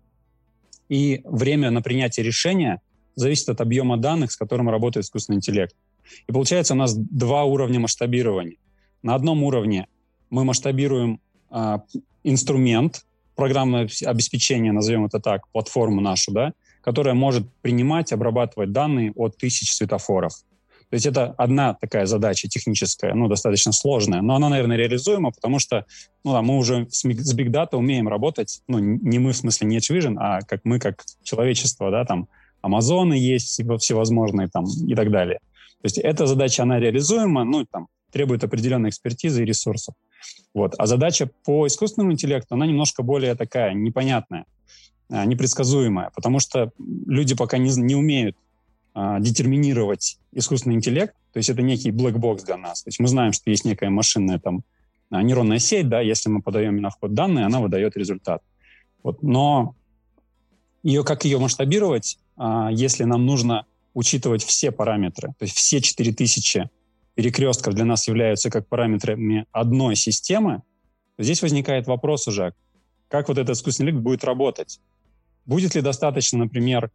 И время на принятие решения зависит от объема данных, с которым работает искусственный интеллект. И получается у нас два уровня масштабирования. На одном уровне мы масштабируем инструмент, программное обеспечение, назовем это так, платформу нашу, да, которая может принимать, обрабатывать данные от тысяч светофоров. То есть это одна такая задача техническая, ну, достаточно сложная, но она, наверное, реализуема, потому что ну, да, мы уже с Big Data умеем работать, ну, не мы в смысле не Edge Vision, а как мы, как человечество, да, там, Амазоны есть всевозможные там и так далее. То есть эта задача, она реализуема, ну, там, требует определенной экспертизы и ресурсов. Вот. А задача по искусственному интеллекту, она немножко более такая непонятная, непредсказуемая, потому что люди пока не, не умеют а, детерминировать искусственный интеллект, то есть это некий black-box для нас. То есть мы знаем, что есть некая машинная там, нейронная сеть, да, если мы подаем на вход данные, она выдает результат. Вот. Но ее, как ее масштабировать, а, если нам нужно учитывать все параметры, то есть все четыре тысячи перекрестков для нас являются как параметрами одной системы, то здесь возникает вопрос уже, как вот этот искусственный интеллект будет работать. Будет ли достаточно, например,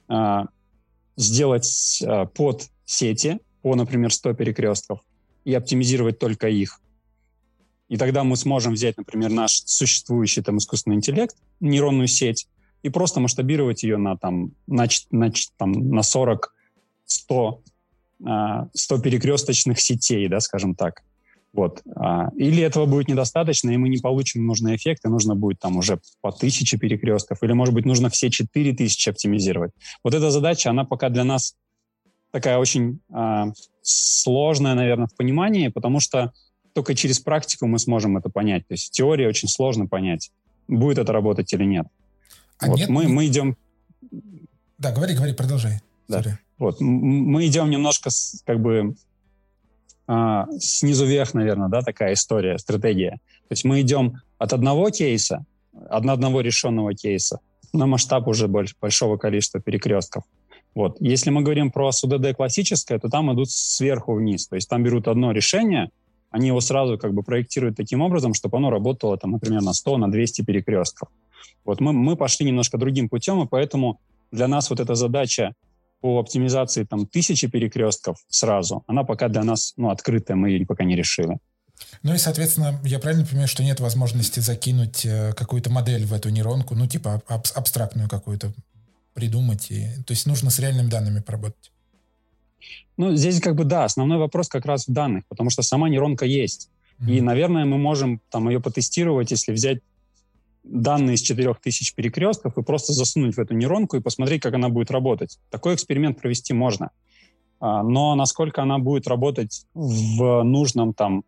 сделать под сети по, например, сто перекрестков и оптимизировать только их? И тогда мы сможем взять, например, наш существующий там искусственный интеллект, нейронную сеть, и просто масштабировать ее на, там, на, на, там, на сорок сто сто перекресточных сетей, да, скажем так. Вот. Или этого будет недостаточно, и мы не получим нужный эффект, и нужно будет там уже по тысяче перекрестков, или, может быть, нужно все четыре тысячи оптимизировать. Вот эта задача, она пока для нас такая очень а, сложная, наверное, в понимании, потому что только через практику мы сможем это понять. То есть в теории очень сложно понять, будет это работать или нет. А вот. нет мы, не... мы идем... Да, говори, говори, продолжай. Да. Вот. Мы идем немножко с, как бы а, снизу вверх, наверное, да, такая история, стратегия. То есть мы идем от одного кейса, от одного решенного кейса на масштаб уже больш, большого количества перекрестков. Вот. Если мы говорим про ас УДД классическое, то там идут сверху вниз. То есть там берут одно решение, они его сразу как бы проектируют таким образом, чтобы оно работало, там, например, на сто, на двести перекрестков. Вот мы, мы пошли немножко другим путем, и поэтому для нас вот эта задача по оптимизации там тысячи перекрестков сразу, она пока для нас ну, открытая, мы ее пока не решили. Ну и, соответственно, я правильно понимаю, что нет возможности закинуть какую-то модель в эту нейронку, ну типа аб- абстрактную какую-то придумать, и, то есть нужно с реальными данными поработать? Ну, здесь как бы да, основной вопрос как раз в данных, потому что сама нейронка есть. Mm-hmm. И, наверное, мы можем там ее потестировать, если взять данные из четырех тысяч перекрестков и просто засунуть в эту нейронку и посмотреть, как она будет работать. Такой эксперимент провести можно. Но насколько она будет работать в нужном там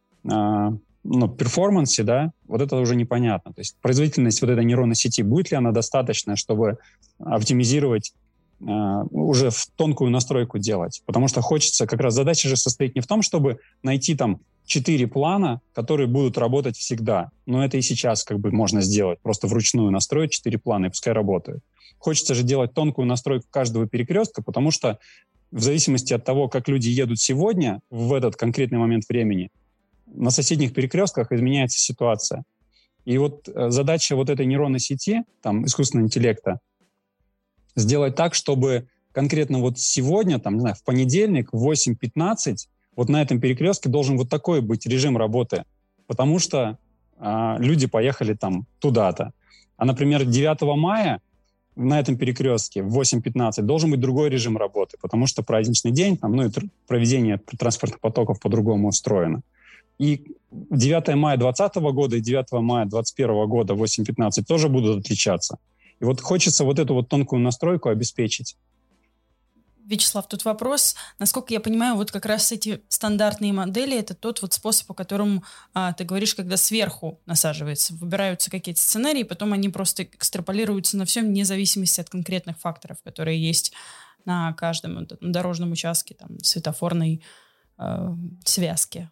ну, перформансе, да, вот это уже непонятно. То есть производительность вот этой нейронной сети, будет ли она достаточная, чтобы оптимизировать, э, уже в тонкую настройку делать? Потому что хочется, как раз задача же состоит не в том, чтобы найти там четыре плана, которые будут работать всегда. Но это и сейчас как бы можно сделать. Просто вручную настроить четыре плана, и пускай работают. Хочется же делать тонкую настройку каждого перекрестка, потому что в зависимости от того, как люди едут сегодня, в этот конкретный момент времени, на соседних перекрестках изменяется ситуация. И вот задача вот этой нейронной сети, там, искусственного интеллекта, сделать так, чтобы конкретно вот сегодня, там, не знаю, в понедельник в восемь пятнадцать вот на этом перекрестке должен вот такой быть режим работы, потому что а, люди поехали там туда-то. А, например, девятого мая на этом перекрестке в восемь пятнадцать должен быть другой режим работы, потому что праздничный день, там, ну и тр- проведение транспортных потоков по-другому устроено. И девятого мая двадцатого года и девятого мая двадцать первого года восемь пятнадцать тоже будут отличаться. И вот хочется вот эту вот тонкую настройку обеспечить. Вячеслав, тут вопрос. Насколько я понимаю, вот как раз эти стандартные модели — это тот вот способ, по которому а, ты говоришь, когда сверху насаживается, выбираются какие-то сценарии, потом они просто экстраполируются на все, вне зависимости от конкретных факторов, которые есть на каждом вот этом дорожном участке, там, светофорной э, связке.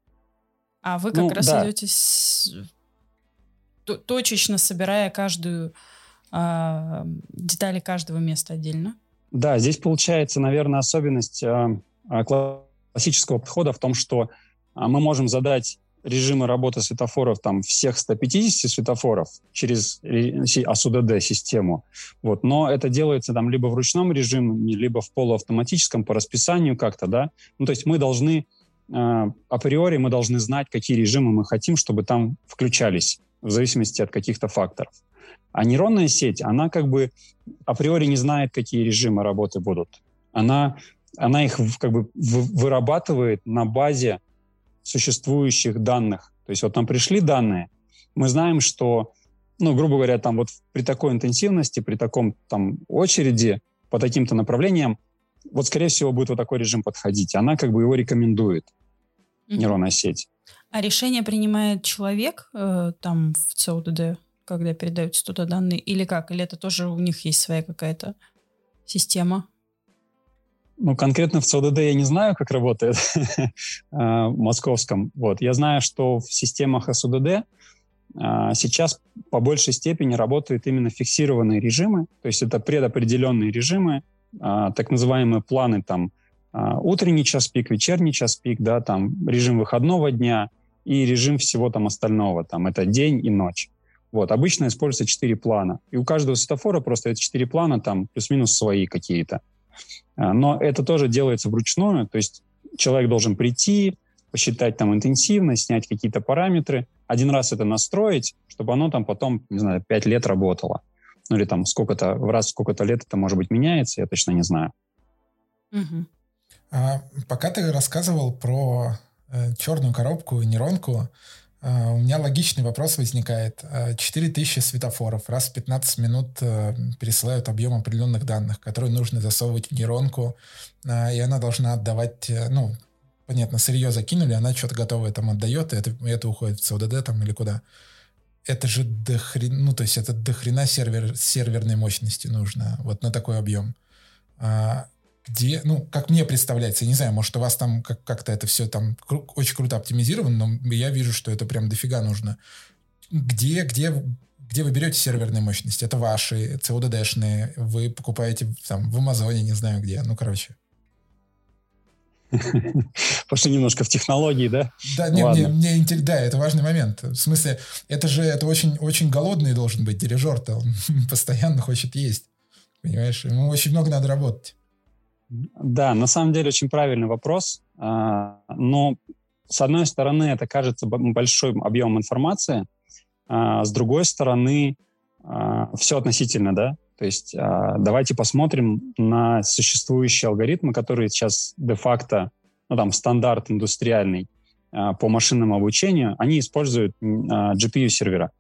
А вы как ну, раз да. идете с, т- точечно собирая каждую э, детали каждого места отдельно? Да, здесь получается, наверное, особенность э, классического подхода в том, что э, мы можем задать режимы работы светофоров там, всех ста пятидесяти светофоров через АСУДД-систему. Вот. Но это делается там, либо в ручном режиме, либо в полуавтоматическом по расписанию как-то. Да? Ну, то есть мы должны, э, априори мы должны знать, какие режимы мы хотим, чтобы там включались, в зависимости от каких-то факторов. А нейронная сеть, она как бы априори не знает, какие режимы работы будут. Она, она их как бы вырабатывает на базе существующих данных. То есть вот нам пришли данные, мы знаем, что, ну, грубо говоря, там вот при такой интенсивности, при таком там очереди по таким-то направлениям, вот, скорее всего, будет вот такой режим подходить. Она как бы его рекомендует, mm-hmm. нейронная сеть. А решение принимает человек э, там в ЦОУДД, когда передаются туда данные, или как? Или это тоже у них есть своя какая-то система? Ну, конкретно в ЦОУДД я не знаю, как работает в московском. Вот. Я знаю, что в системах АСУДД сейчас по большей степени работают именно фиксированные режимы, то есть это предопределенные режимы, так называемые планы, там, утренний час пик, вечерний час пик, да, там, режим выходного дня и режим всего там остального, там, это день и ночь. Вот. Обычно используются четыре плана. И у каждого светофора просто эти четыре плана там плюс-минус свои какие-то. Но это тоже делается вручную. То есть человек должен прийти, посчитать там интенсивность, снять какие-то параметры, один раз это настроить, чтобы оно там потом, не знаю, пять лет работало. Ну или там сколько-то, в раз сколько-то лет это, может быть, меняется, я точно не знаю. Угу. А, пока ты рассказывал про э, черную коробку и нейронку, Uh, у меня логичный вопрос возникает. четыре тысячи светофоров раз в пятнадцать минут uh, пересылают объем определенных данных, которые нужно засовывать в нейронку, uh, и она должна отдавать, uh, ну, понятно, сырье закинули, она что-то готовое там отдает, и это, и это уходит в ЦОУДД там или куда. Это же дохрена, ну, то есть это дохрена сервер, серверной мощности нужно вот на такой объем. Uh, Где, ну, как мне представляется, я не знаю, может, у вас там как- как-то это все там кру- очень круто оптимизировано, но я вижу, что это прям дофига нужно. Где, где, где вы берете серверные мощности? Это ваши, ЦОУДДшные, вы покупаете там в Амазоне, не знаю где, ну, короче. Пошли немножко в технологии, да? Да, не, мне, мне интересно, да, это важный момент. В смысле, это же это очень, очень голодный должен быть дирижер-то, он постоянно хочет есть, понимаешь? Ему очень много надо работать. Да, на самом деле очень правильный вопрос, но с одной стороны это кажется большим объемом информации, а с другой стороны все относительно, да, то есть давайте посмотрим на существующие алгоритмы, которые сейчас де-факто, ну там стандарт индустриальный по машинному обучению, они используют джи пи ю-сервера.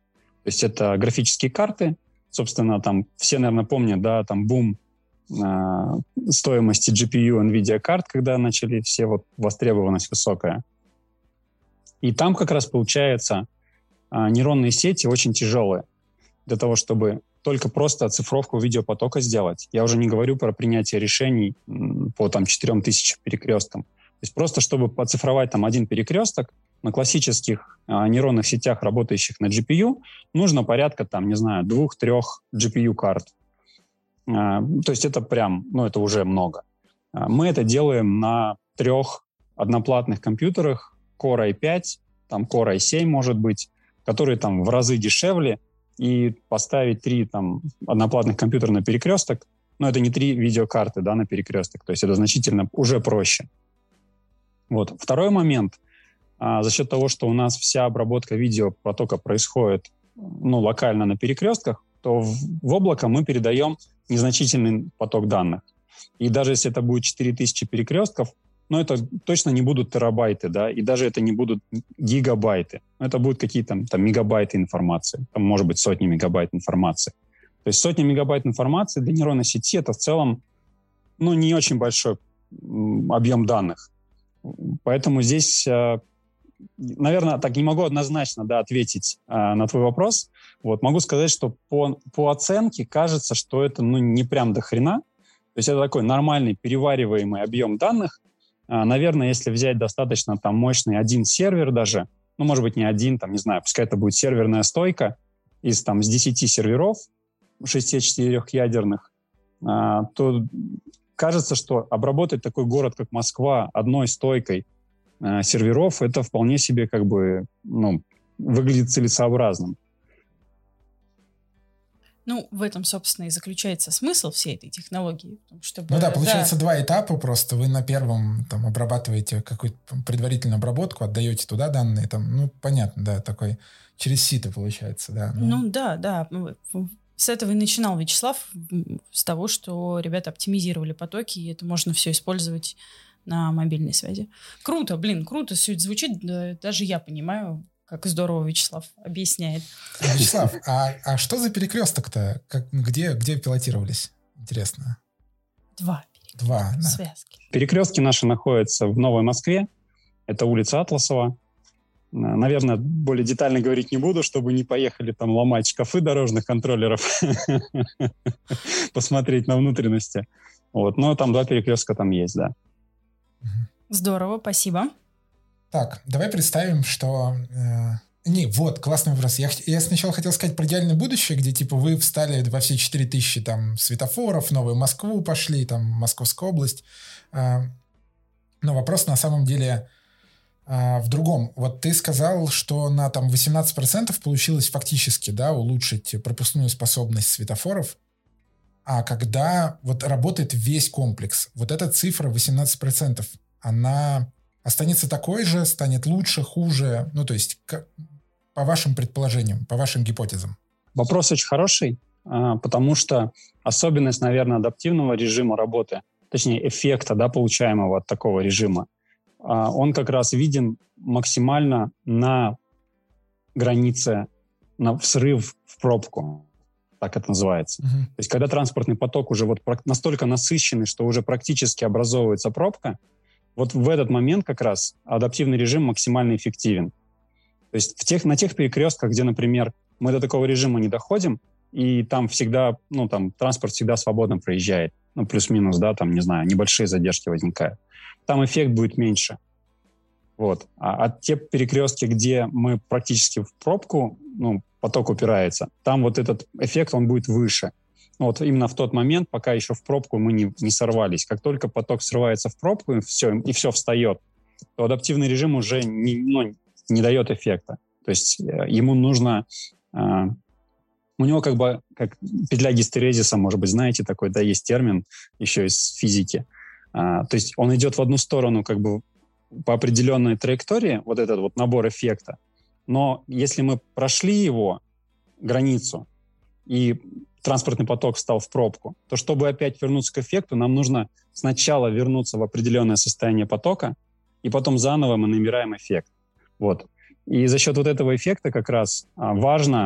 То есть это графические карты. Собственно, там все, наверное, помнят, да, там бум э, стоимости джи пи ю NVIDIA карт, когда начали все вот востребованность высокая. И там как раз получается э, нейронные сети очень тяжелые для того, чтобы только просто оцифровку видеопотока сделать. Я уже не говорю про принятие решений по там четырем тысячам перекресткам. То есть просто чтобы оцифровать там один перекресток, на классических а, нейронных сетях, работающих на джи пи ю, нужно порядка, там, не знаю, двух-трех джи пи ю-карт. А, то есть это прям, ну, это уже много. А, мы это делаем на трех одноплатных компьютерах Core ай пять, там Core ай семь, может быть, которые там в разы дешевле, и поставить три там одноплатных компьютера на перекресток, но это не три видеокарты, да, на перекресток, то есть это значительно уже проще. Вот. Второй момент. А, за счет того, что у нас вся обработка видеопотока происходит ну, локально на перекрестках, то в, в облако мы передаем незначительный поток данных. И даже если это будет четыре тысячи перекрестков, ну, это точно не будут терабайты, да, и даже это не будут гигабайты. Это будут какие-то там мегабайты информации. Там может быть сотни мегабайт информации. То есть сотни мегабайт информации для нейронной сети — это в целом, ну, не очень большой м, объем данных. Поэтому здесь... Наверное, так не могу однозначно, да, ответить э, на твой вопрос. Вот, могу сказать, что по, по оценке кажется, что это ну, не прям до хрена. То есть это такой нормальный перевариваемый объем данных. Э, наверное, если взять достаточно там мощный один сервер даже, ну, может быть, не один, там, не знаю, пускай это будет серверная стойка из там с десяти серверов, шести четырехъядерных, э, то кажется, что обработать такой город, как Москва, одной стойкой серверов, это вполне себе как бы, ну, выглядит целесообразным. Ну, в этом, собственно, и заключается смысл всей этой технологии. Чтобы, ну да, получается да. два этапа просто. Вы на первом там обрабатываете какую-то предварительную обработку, отдаете туда данные, там, ну, понятно, да, такой через сито получается, да. Ну, ну да, да. С этого и начинал Вячеслав, с того, что ребята оптимизировали потоки, и это можно все использовать на мобильной связи. Круто, блин, круто все это звучит. Да, даже я понимаю, как здорово Вячеслав объясняет. Вячеслав, а, а что за перекресток-то? Как, где, где пилотировались? Интересно. Два перекрестка. Два, да. Связки. Перекрестки наши находятся в Новой Москве. Это улица Атласова. Наверное, более детально говорить не буду, чтобы не поехали там ломать шкафы дорожных контроллеров, посмотреть на внутренности. Вот. Но там два перекрестка там есть, да. Здорово, спасибо. Так, давай представим, что... Э, не, вот, классный вопрос. Я, я сначала хотел сказать про идеальное будущее, где, типа, вы встали во все четыре тысячи там светофоров, в Новую Москву пошли, там, Московская область. Э, но вопрос на самом деле э, в другом. Вот ты сказал, что на там восемнадцать процентов получилось фактически, да, улучшить пропускную способность светофоров. А когда вот работает весь комплекс, вот эта цифра восемнадцать процентов, она останется такой же, станет лучше, хуже? Ну, то есть, как, по вашим предположениям, по вашим гипотезам. Вопрос очень хороший, потому что особенность, наверное, адаптивного режима работы, точнее, эффекта, да, получаемого от такого режима, он как раз виден максимально на границе, на срыв в пробку. Так это называется. Uh-huh. То есть, когда транспортный поток уже вот настолько насыщенный, что уже практически образовывается пробка, вот в этот момент как раз адаптивный режим максимально эффективен. То есть в тех, на тех перекрестках, где, например, мы до такого режима не доходим, и там всегда, ну, там транспорт всегда свободно проезжает, ну, плюс-минус, да, там, не знаю, небольшие задержки возникают, там эффект будет меньше. Вот. А, а те перекрестки, где мы практически в пробку, ну, поток упирается, там вот этот эффект, он будет выше. Вот именно в тот момент, пока еще в пробку мы не, не сорвались. Как только поток срывается в пробку, и все, и все встает, то адаптивный режим уже не, ну, не дает эффекта. То есть ему нужно... Э, у него как бы как петля гистерезиса, может быть, знаете, такой, да, есть термин еще из физики. Э, то есть он идет в одну сторону как бы по определенной траектории, вот этот вот набор эффекта. Но если мы прошли его границу, и транспортный поток встал в пробку, то чтобы опять вернуться к эффекту, нам нужно сначала вернуться в определенное состояние потока, и потом заново мы набираем эффект. Вот. И за счет вот этого эффекта как раз а, важно,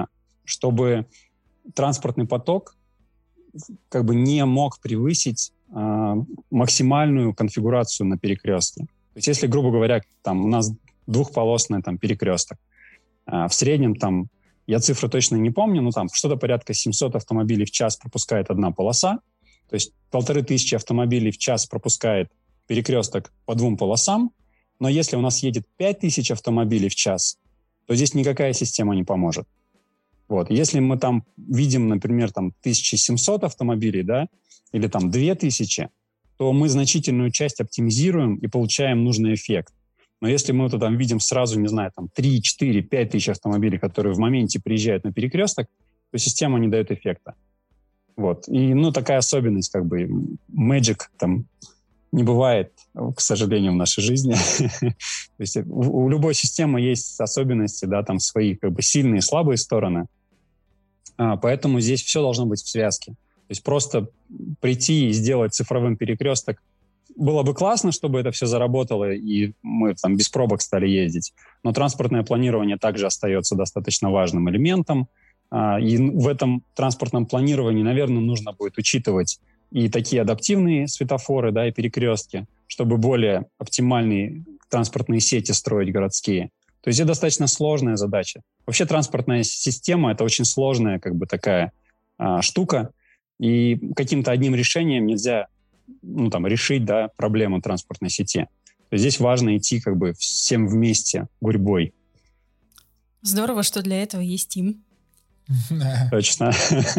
чтобы транспортный поток как бы не мог превысить э, максимальную конфигурацию на перекрестке. То есть если, грубо говоря, там у нас двухполосный там, перекресток, э, в среднем там, я цифры точно не помню, но там что-то порядка семьсот автомобилей в час пропускает одна полоса, то есть полторы тысячи автомобилей в час пропускает перекресток по двум полосам, но если у нас едет пять тысяч автомобилей в час, то здесь никакая система не поможет. Вот. Если мы там видим, например, там тысяча семьсот автомобилей, да, или там две тысячи, то мы значительную часть оптимизируем и получаем нужный эффект. Но если мы вот там видим сразу, не знаю, там три, четыре, пять тысяч автомобилей, которые в моменте приезжают на перекресток, то система не дает эффекта. Вот. И, ну, такая особенность, как бы, magic там не бывает, к сожалению, в нашей жизни. То есть у, у любой системы есть особенности, да, там свои как бы сильные и слабые стороны. А, поэтому здесь все должно быть в связке. То есть просто прийти и сделать цифровым перекресток было бы классно, чтобы это все заработало, и мы там без пробок стали ездить. Но транспортное планирование также остается достаточно важным элементом. А, и в этом транспортном планировании, наверное, нужно будет учитывать и такие адаптивные светофоры, да, и перекрестки, чтобы более оптимальные транспортные сети строить городские. То есть это достаточно сложная задача. Вообще транспортная система — это очень сложная как бы такая а, штука, и каким-то одним решением нельзя ну, там, решить, да, проблему транспортной сети. То есть здесь важно идти как бы всем вместе, гурьбой. Здорово, что для этого есть Тим. Точно.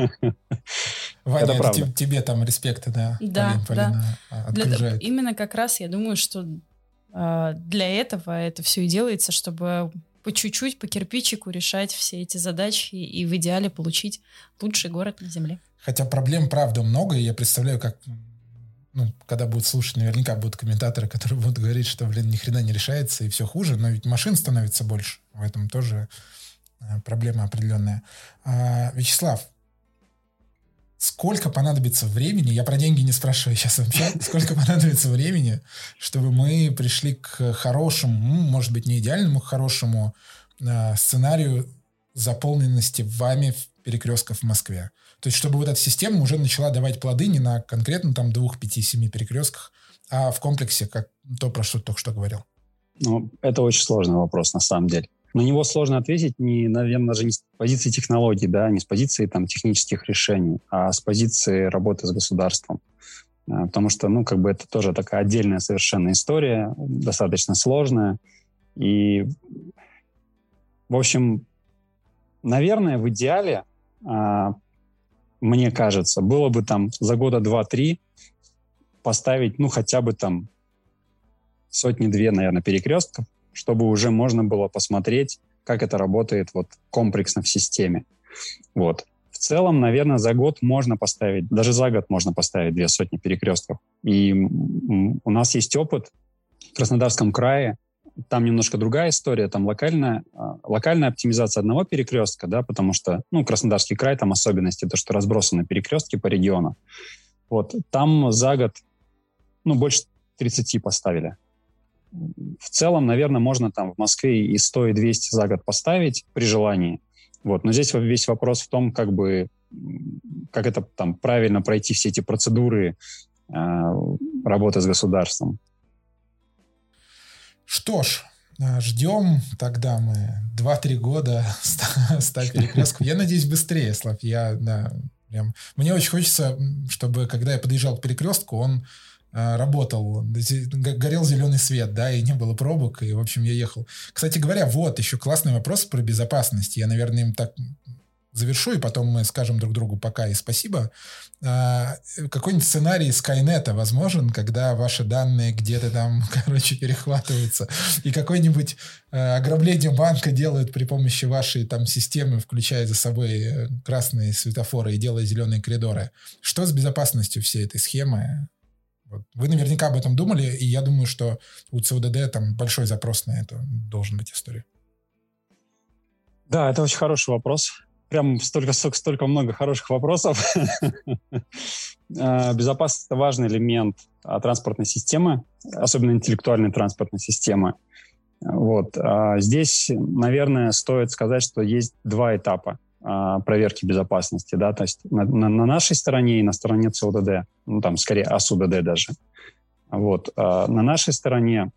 Ваня, это, это тебе, тебе там респекты, да? Да, Полин, да. Полина Для, именно как раз я думаю, что э, для этого это все и делается, чтобы по чуть-чуть, по кирпичику решать все эти задачи и в идеале получить лучший город на Земле. Хотя проблем, правда, много, и я представляю, как, ну, когда будут слушать, наверняка будут комментаторы, которые будут говорить, что, блин, ни хрена не решается, и все хуже, но ведь машин становится больше. В этом тоже проблема определенная. А, Вячеслав, сколько понадобится времени, я про деньги не спрашиваю сейчас вообще, сколько понадобится времени, чтобы мы пришли к хорошему, может быть, не идеальному, к хорошему а, сценарию заполненности вами перекрестков в Москве? То есть, чтобы вот эта система уже начала давать плоды не на конкретно там двух, пяти, семи перекрестках, а в комплексе, как то, про что ты только что говорил. Ну, это очень сложный вопрос, на самом деле. На него сложно ответить, не, наверное, даже не с позиции технологий, да, не с позиции там, технических решений, а с позиции работы с государством. Потому что, ну, как бы это тоже такая отдельная совершенно история, достаточно сложная. И, в общем, наверное, в идеале, а, мне кажется, было бы там за года два-три поставить, ну, хотя бы там сотни-две, наверное, перекрестков, чтобы уже можно было посмотреть, как это работает вот комплексно в системе. Вот. В целом, наверное, за год можно поставить, даже за год можно поставить две сотни перекрестков. И у нас есть опыт в Краснодарском крае. Там немножко другая история. Там локальная, локальная оптимизация одного перекрестка, да, потому что, ну, Краснодарский край, там особенности, то, что разбросаны перекрестки по региону. Вот. Там за год, ну, больше тридцати поставили. В целом, наверное, можно там в Москве и сто, и двести за год поставить при желании. Вот. Но здесь весь вопрос в том, как бы, как это там правильно пройти все эти процедуры э, работы с государством. Что ж, ждем тогда мы два-три года ста перекрестков. Я надеюсь, быстрее, Слав. Я, да, прям... Мне очень хочется, чтобы, когда я подъезжал к перекрестку, он работал, горел зеленый свет, да, и не было пробок, и, в общем, я ехал. Кстати говоря, вот еще классный вопрос про безопасность. Я, наверное, им так завершу, и потом мы скажем друг другу пока и спасибо. А, какой-нибудь сценарий Скайнета возможен, когда ваши данные где-то там, короче, перехватываются, и какое-нибудь а, ограбление банка делают при помощи вашей там системы, включая за собой красные светофоры и делая зеленые коридоры. Что с безопасностью всей этой схемы? Вот. Вы наверняка об этом думали, и я думаю, что у ЦУДД там большой запрос на это должен быть история. Да, это очень хороший вопрос. Прям столько, столько, столько много хороших вопросов. Безопасность – это важный элемент транспортной системы, особенно интеллектуальной транспортной системы. Вот. Здесь, наверное, стоит сказать, что есть два этапа. а, проверки безопасности, да, то есть на, на, на нашей стороне и на стороне ЦОДД, ну, там, скорее, АСУДД даже. Вот. А на нашей стороне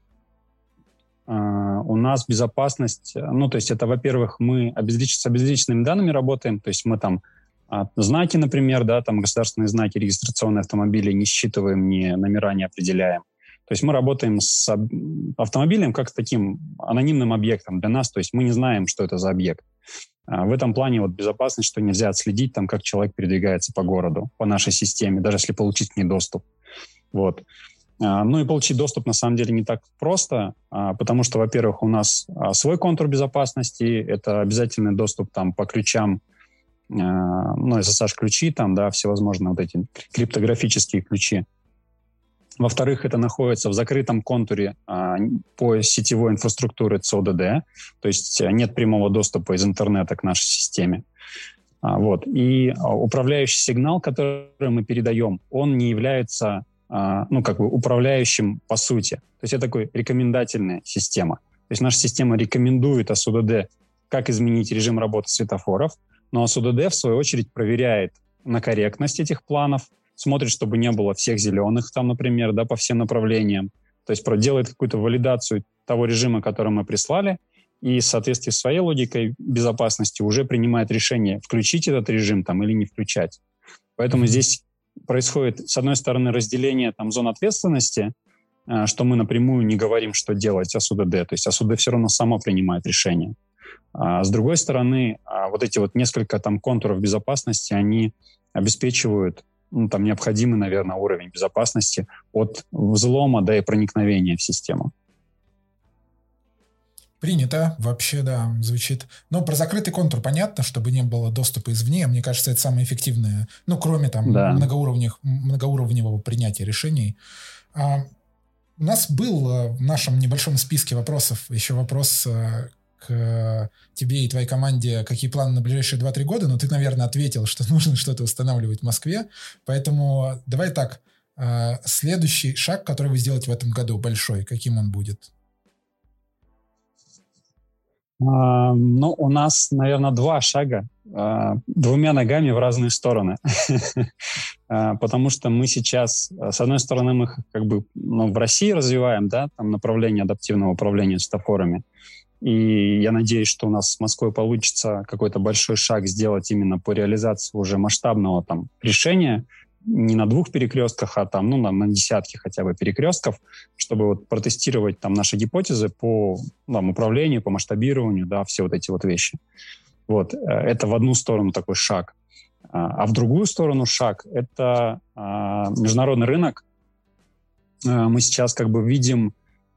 а, у нас безопасность, ну, то есть это, во-первых, мы обезлич... с обезличенными данными работаем, то есть мы там а, знаки, например, да, там государственные знаки, регистрационные автомобили не считываем, не номера не определяем. То есть мы работаем с автомобилем как с таким анонимным объектом для нас, то есть мы не знаем, что это за объект. В этом плане вот безопасность, что нельзя отследить, там, как человек передвигается по городу, по нашей системе, даже если получить к ней доступ. Вот. Ну и получить доступ на самом деле не так просто, потому что, во-первых, у нас свой контур безопасности, это обязательный доступ там, по ключам, ну, эс эс эйч-ключи, там, да, всевозможные вот эти криптографические ключи. Во-вторых, это находится в закрытом контуре а, по сетевой инфраструктуре ЦОДД, то есть нет прямого доступа из интернета к нашей системе. А, вот. И а, управляющий сигнал, который мы передаем, он не является а, ну, как бы управляющим по сути. То есть это такая рекомендательная система. То есть наша система рекомендует АСУДД, как изменить режим работы светофоров, но АСУДД, в свою очередь, проверяет на корректность этих планов, смотрит, чтобы не было всех зеленых там, например, да, по всем направлениям. То есть делает какую-то валидацию того режима, который мы прислали, и в соответствии с своей логикой безопасности уже принимает решение, включить этот режим там или не включать. Поэтому mm-hmm. здесь происходит, с одной стороны, разделение там, зон ответственности, что мы напрямую не говорим, что делать АСУДД. То есть АСУДД все равно само принимает решение. А с другой стороны, вот эти вот несколько там контуров безопасности, они обеспечивают ну, там необходимый, наверное, уровень безопасности от взлома до и проникновения в систему. Принято. Вообще, да, звучит. Но про закрытый контур понятно, чтобы не было доступа извне. Мне кажется, это самое эффективное. Ну, кроме там да. многоуровневых, многоуровневого принятия решений. А, у нас был в нашем небольшом списке вопросов еще вопрос к тебе и твоей команде, какие планы на ближайшие два-три года, но ты, наверное, ответил, что нужно что-то устанавливать в Москве. Поэтому давай так. Следующий шаг, который вы сделаете в этом году, большой, каким он будет? А, ну, у нас, наверное, два шага, а, двумя ногами в разные стороны. Потому что мы сейчас, с одной стороны, мы как бы ну, в России развиваем, да, там направление адаптивного управления светофорами. И я надеюсь, что у нас с Москвой получится какой-то большой шаг сделать именно по реализации уже масштабного там решения, не на двух перекрестках, а там, ну, на, на десятки хотя бы перекрестков, чтобы вот протестировать там наши гипотезы по там, управлению, по масштабированию, да, все вот эти вот вещи. Вот, это в одну сторону такой шаг. А в другую сторону шаг — это а, международный рынок. А, мы сейчас как бы видим,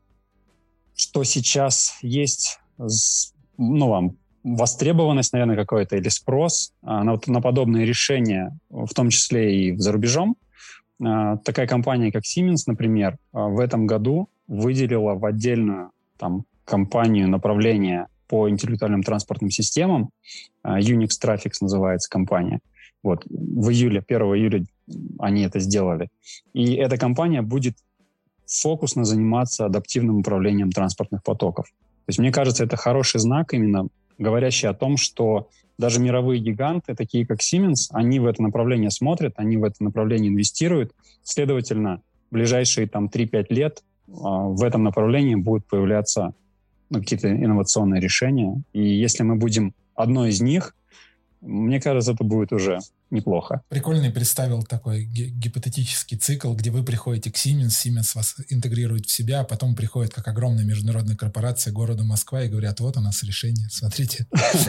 что сейчас есть, ну, вам, востребованность, наверное, какой-то или спрос а, на, на подобные решения, в том числе и за рубежом. А, такая компания, как Siemens, например, а, в этом году выделила в отдельную там, компанию направление по интеллектуальным транспортным системам. А, Unix Traffic называется компания. Вот, в июле, первого июля они это сделали. И эта компания будет фокусно заниматься адаптивным управлением транспортных потоков. То есть, мне кажется, это хороший знак, именно говорящий о том, что даже мировые гиганты, такие как Siemens, они в это направление смотрят, они в это направление инвестируют. Следовательно, в ближайшие там, три-пять лет э, в этом направлении будут появляться ну, какие-то инновационные решения. И если мы будем одной из них, мне кажется, это будет уже неплохо. Прикольный представил такой гипотетический цикл, где вы приходите к Siemens, Siemens вас интегрирует в себя, а потом приходит как огромная международная корпорация города Москва и говорят, вот у нас решение, смотрите.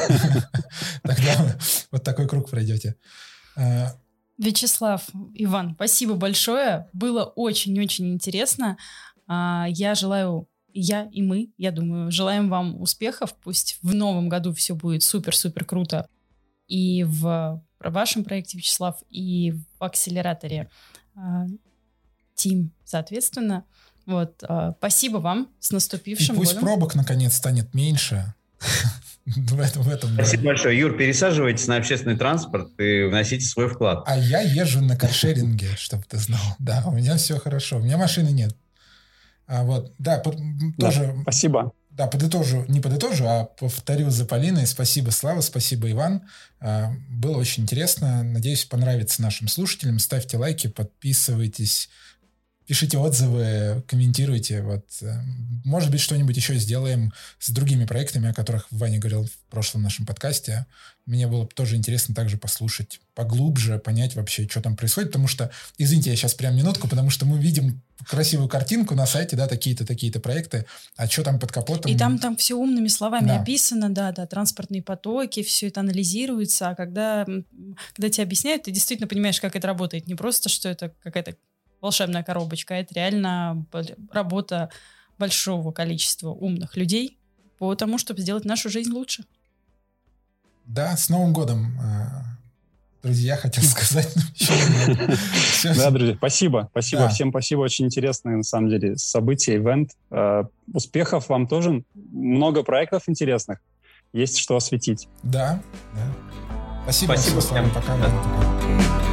Тогда вот такой круг пройдете. Вячеслав, Иван, спасибо большое. Было очень-очень интересно. Я желаю, я и мы, я думаю, желаем вам успехов. Пусть в новом году все будет супер-супер круто. И в вашем проекте, Вячеслав, и в акселераторе Team, соответственно. Вот, спасибо вам, с наступившим годом. И пусть годом. Пробок, наконец, станет меньше. В этом, в этом Спасибо большое. Юр, пересаживайтесь на общественный транспорт и вносите свой вклад. А я езжу на каршеринге, чтобы ты знал. Да, у меня все хорошо. У меня машины нет. А вот, да, тоже... Да, спасибо. Да, подытожу, не подытожу, а повторю за Полиной. Спасибо, Слава, спасибо, Иван. Было очень интересно. Надеюсь, понравится нашим слушателям. Ставьте лайки, подписывайтесь, пишите отзывы, комментируйте. Вот. Может быть, что-нибудь еще сделаем с другими проектами, о которых Ваня говорил в прошлом нашем подкасте. Мне было бы тоже интересно также послушать поглубже, понять вообще, что там происходит. Потому что, извините, я сейчас прям минутку, потому что мы видим красивую картинку на сайте, да, такие-то, такие-то проекты, а что там под капотом? И там, там все умными словами да. описано, да, да, транспортные потоки, все это анализируется, а когда, когда тебе объясняют, ты действительно понимаешь, как это работает. Не просто, что это какая-то волшебная коробочка, а это реально работа большого количества умных людей по тому, чтобы сделать нашу жизнь лучше. Да, с Новым годом, друзья, хотел сказать. Да, друзья, спасибо. Спасибо всем, спасибо. Очень интересное, на самом деле, событие, ивент. Успехов вам тоже. Много проектов интересных. Есть что осветить. Да, да. Спасибо. Спасибо всем. Пока.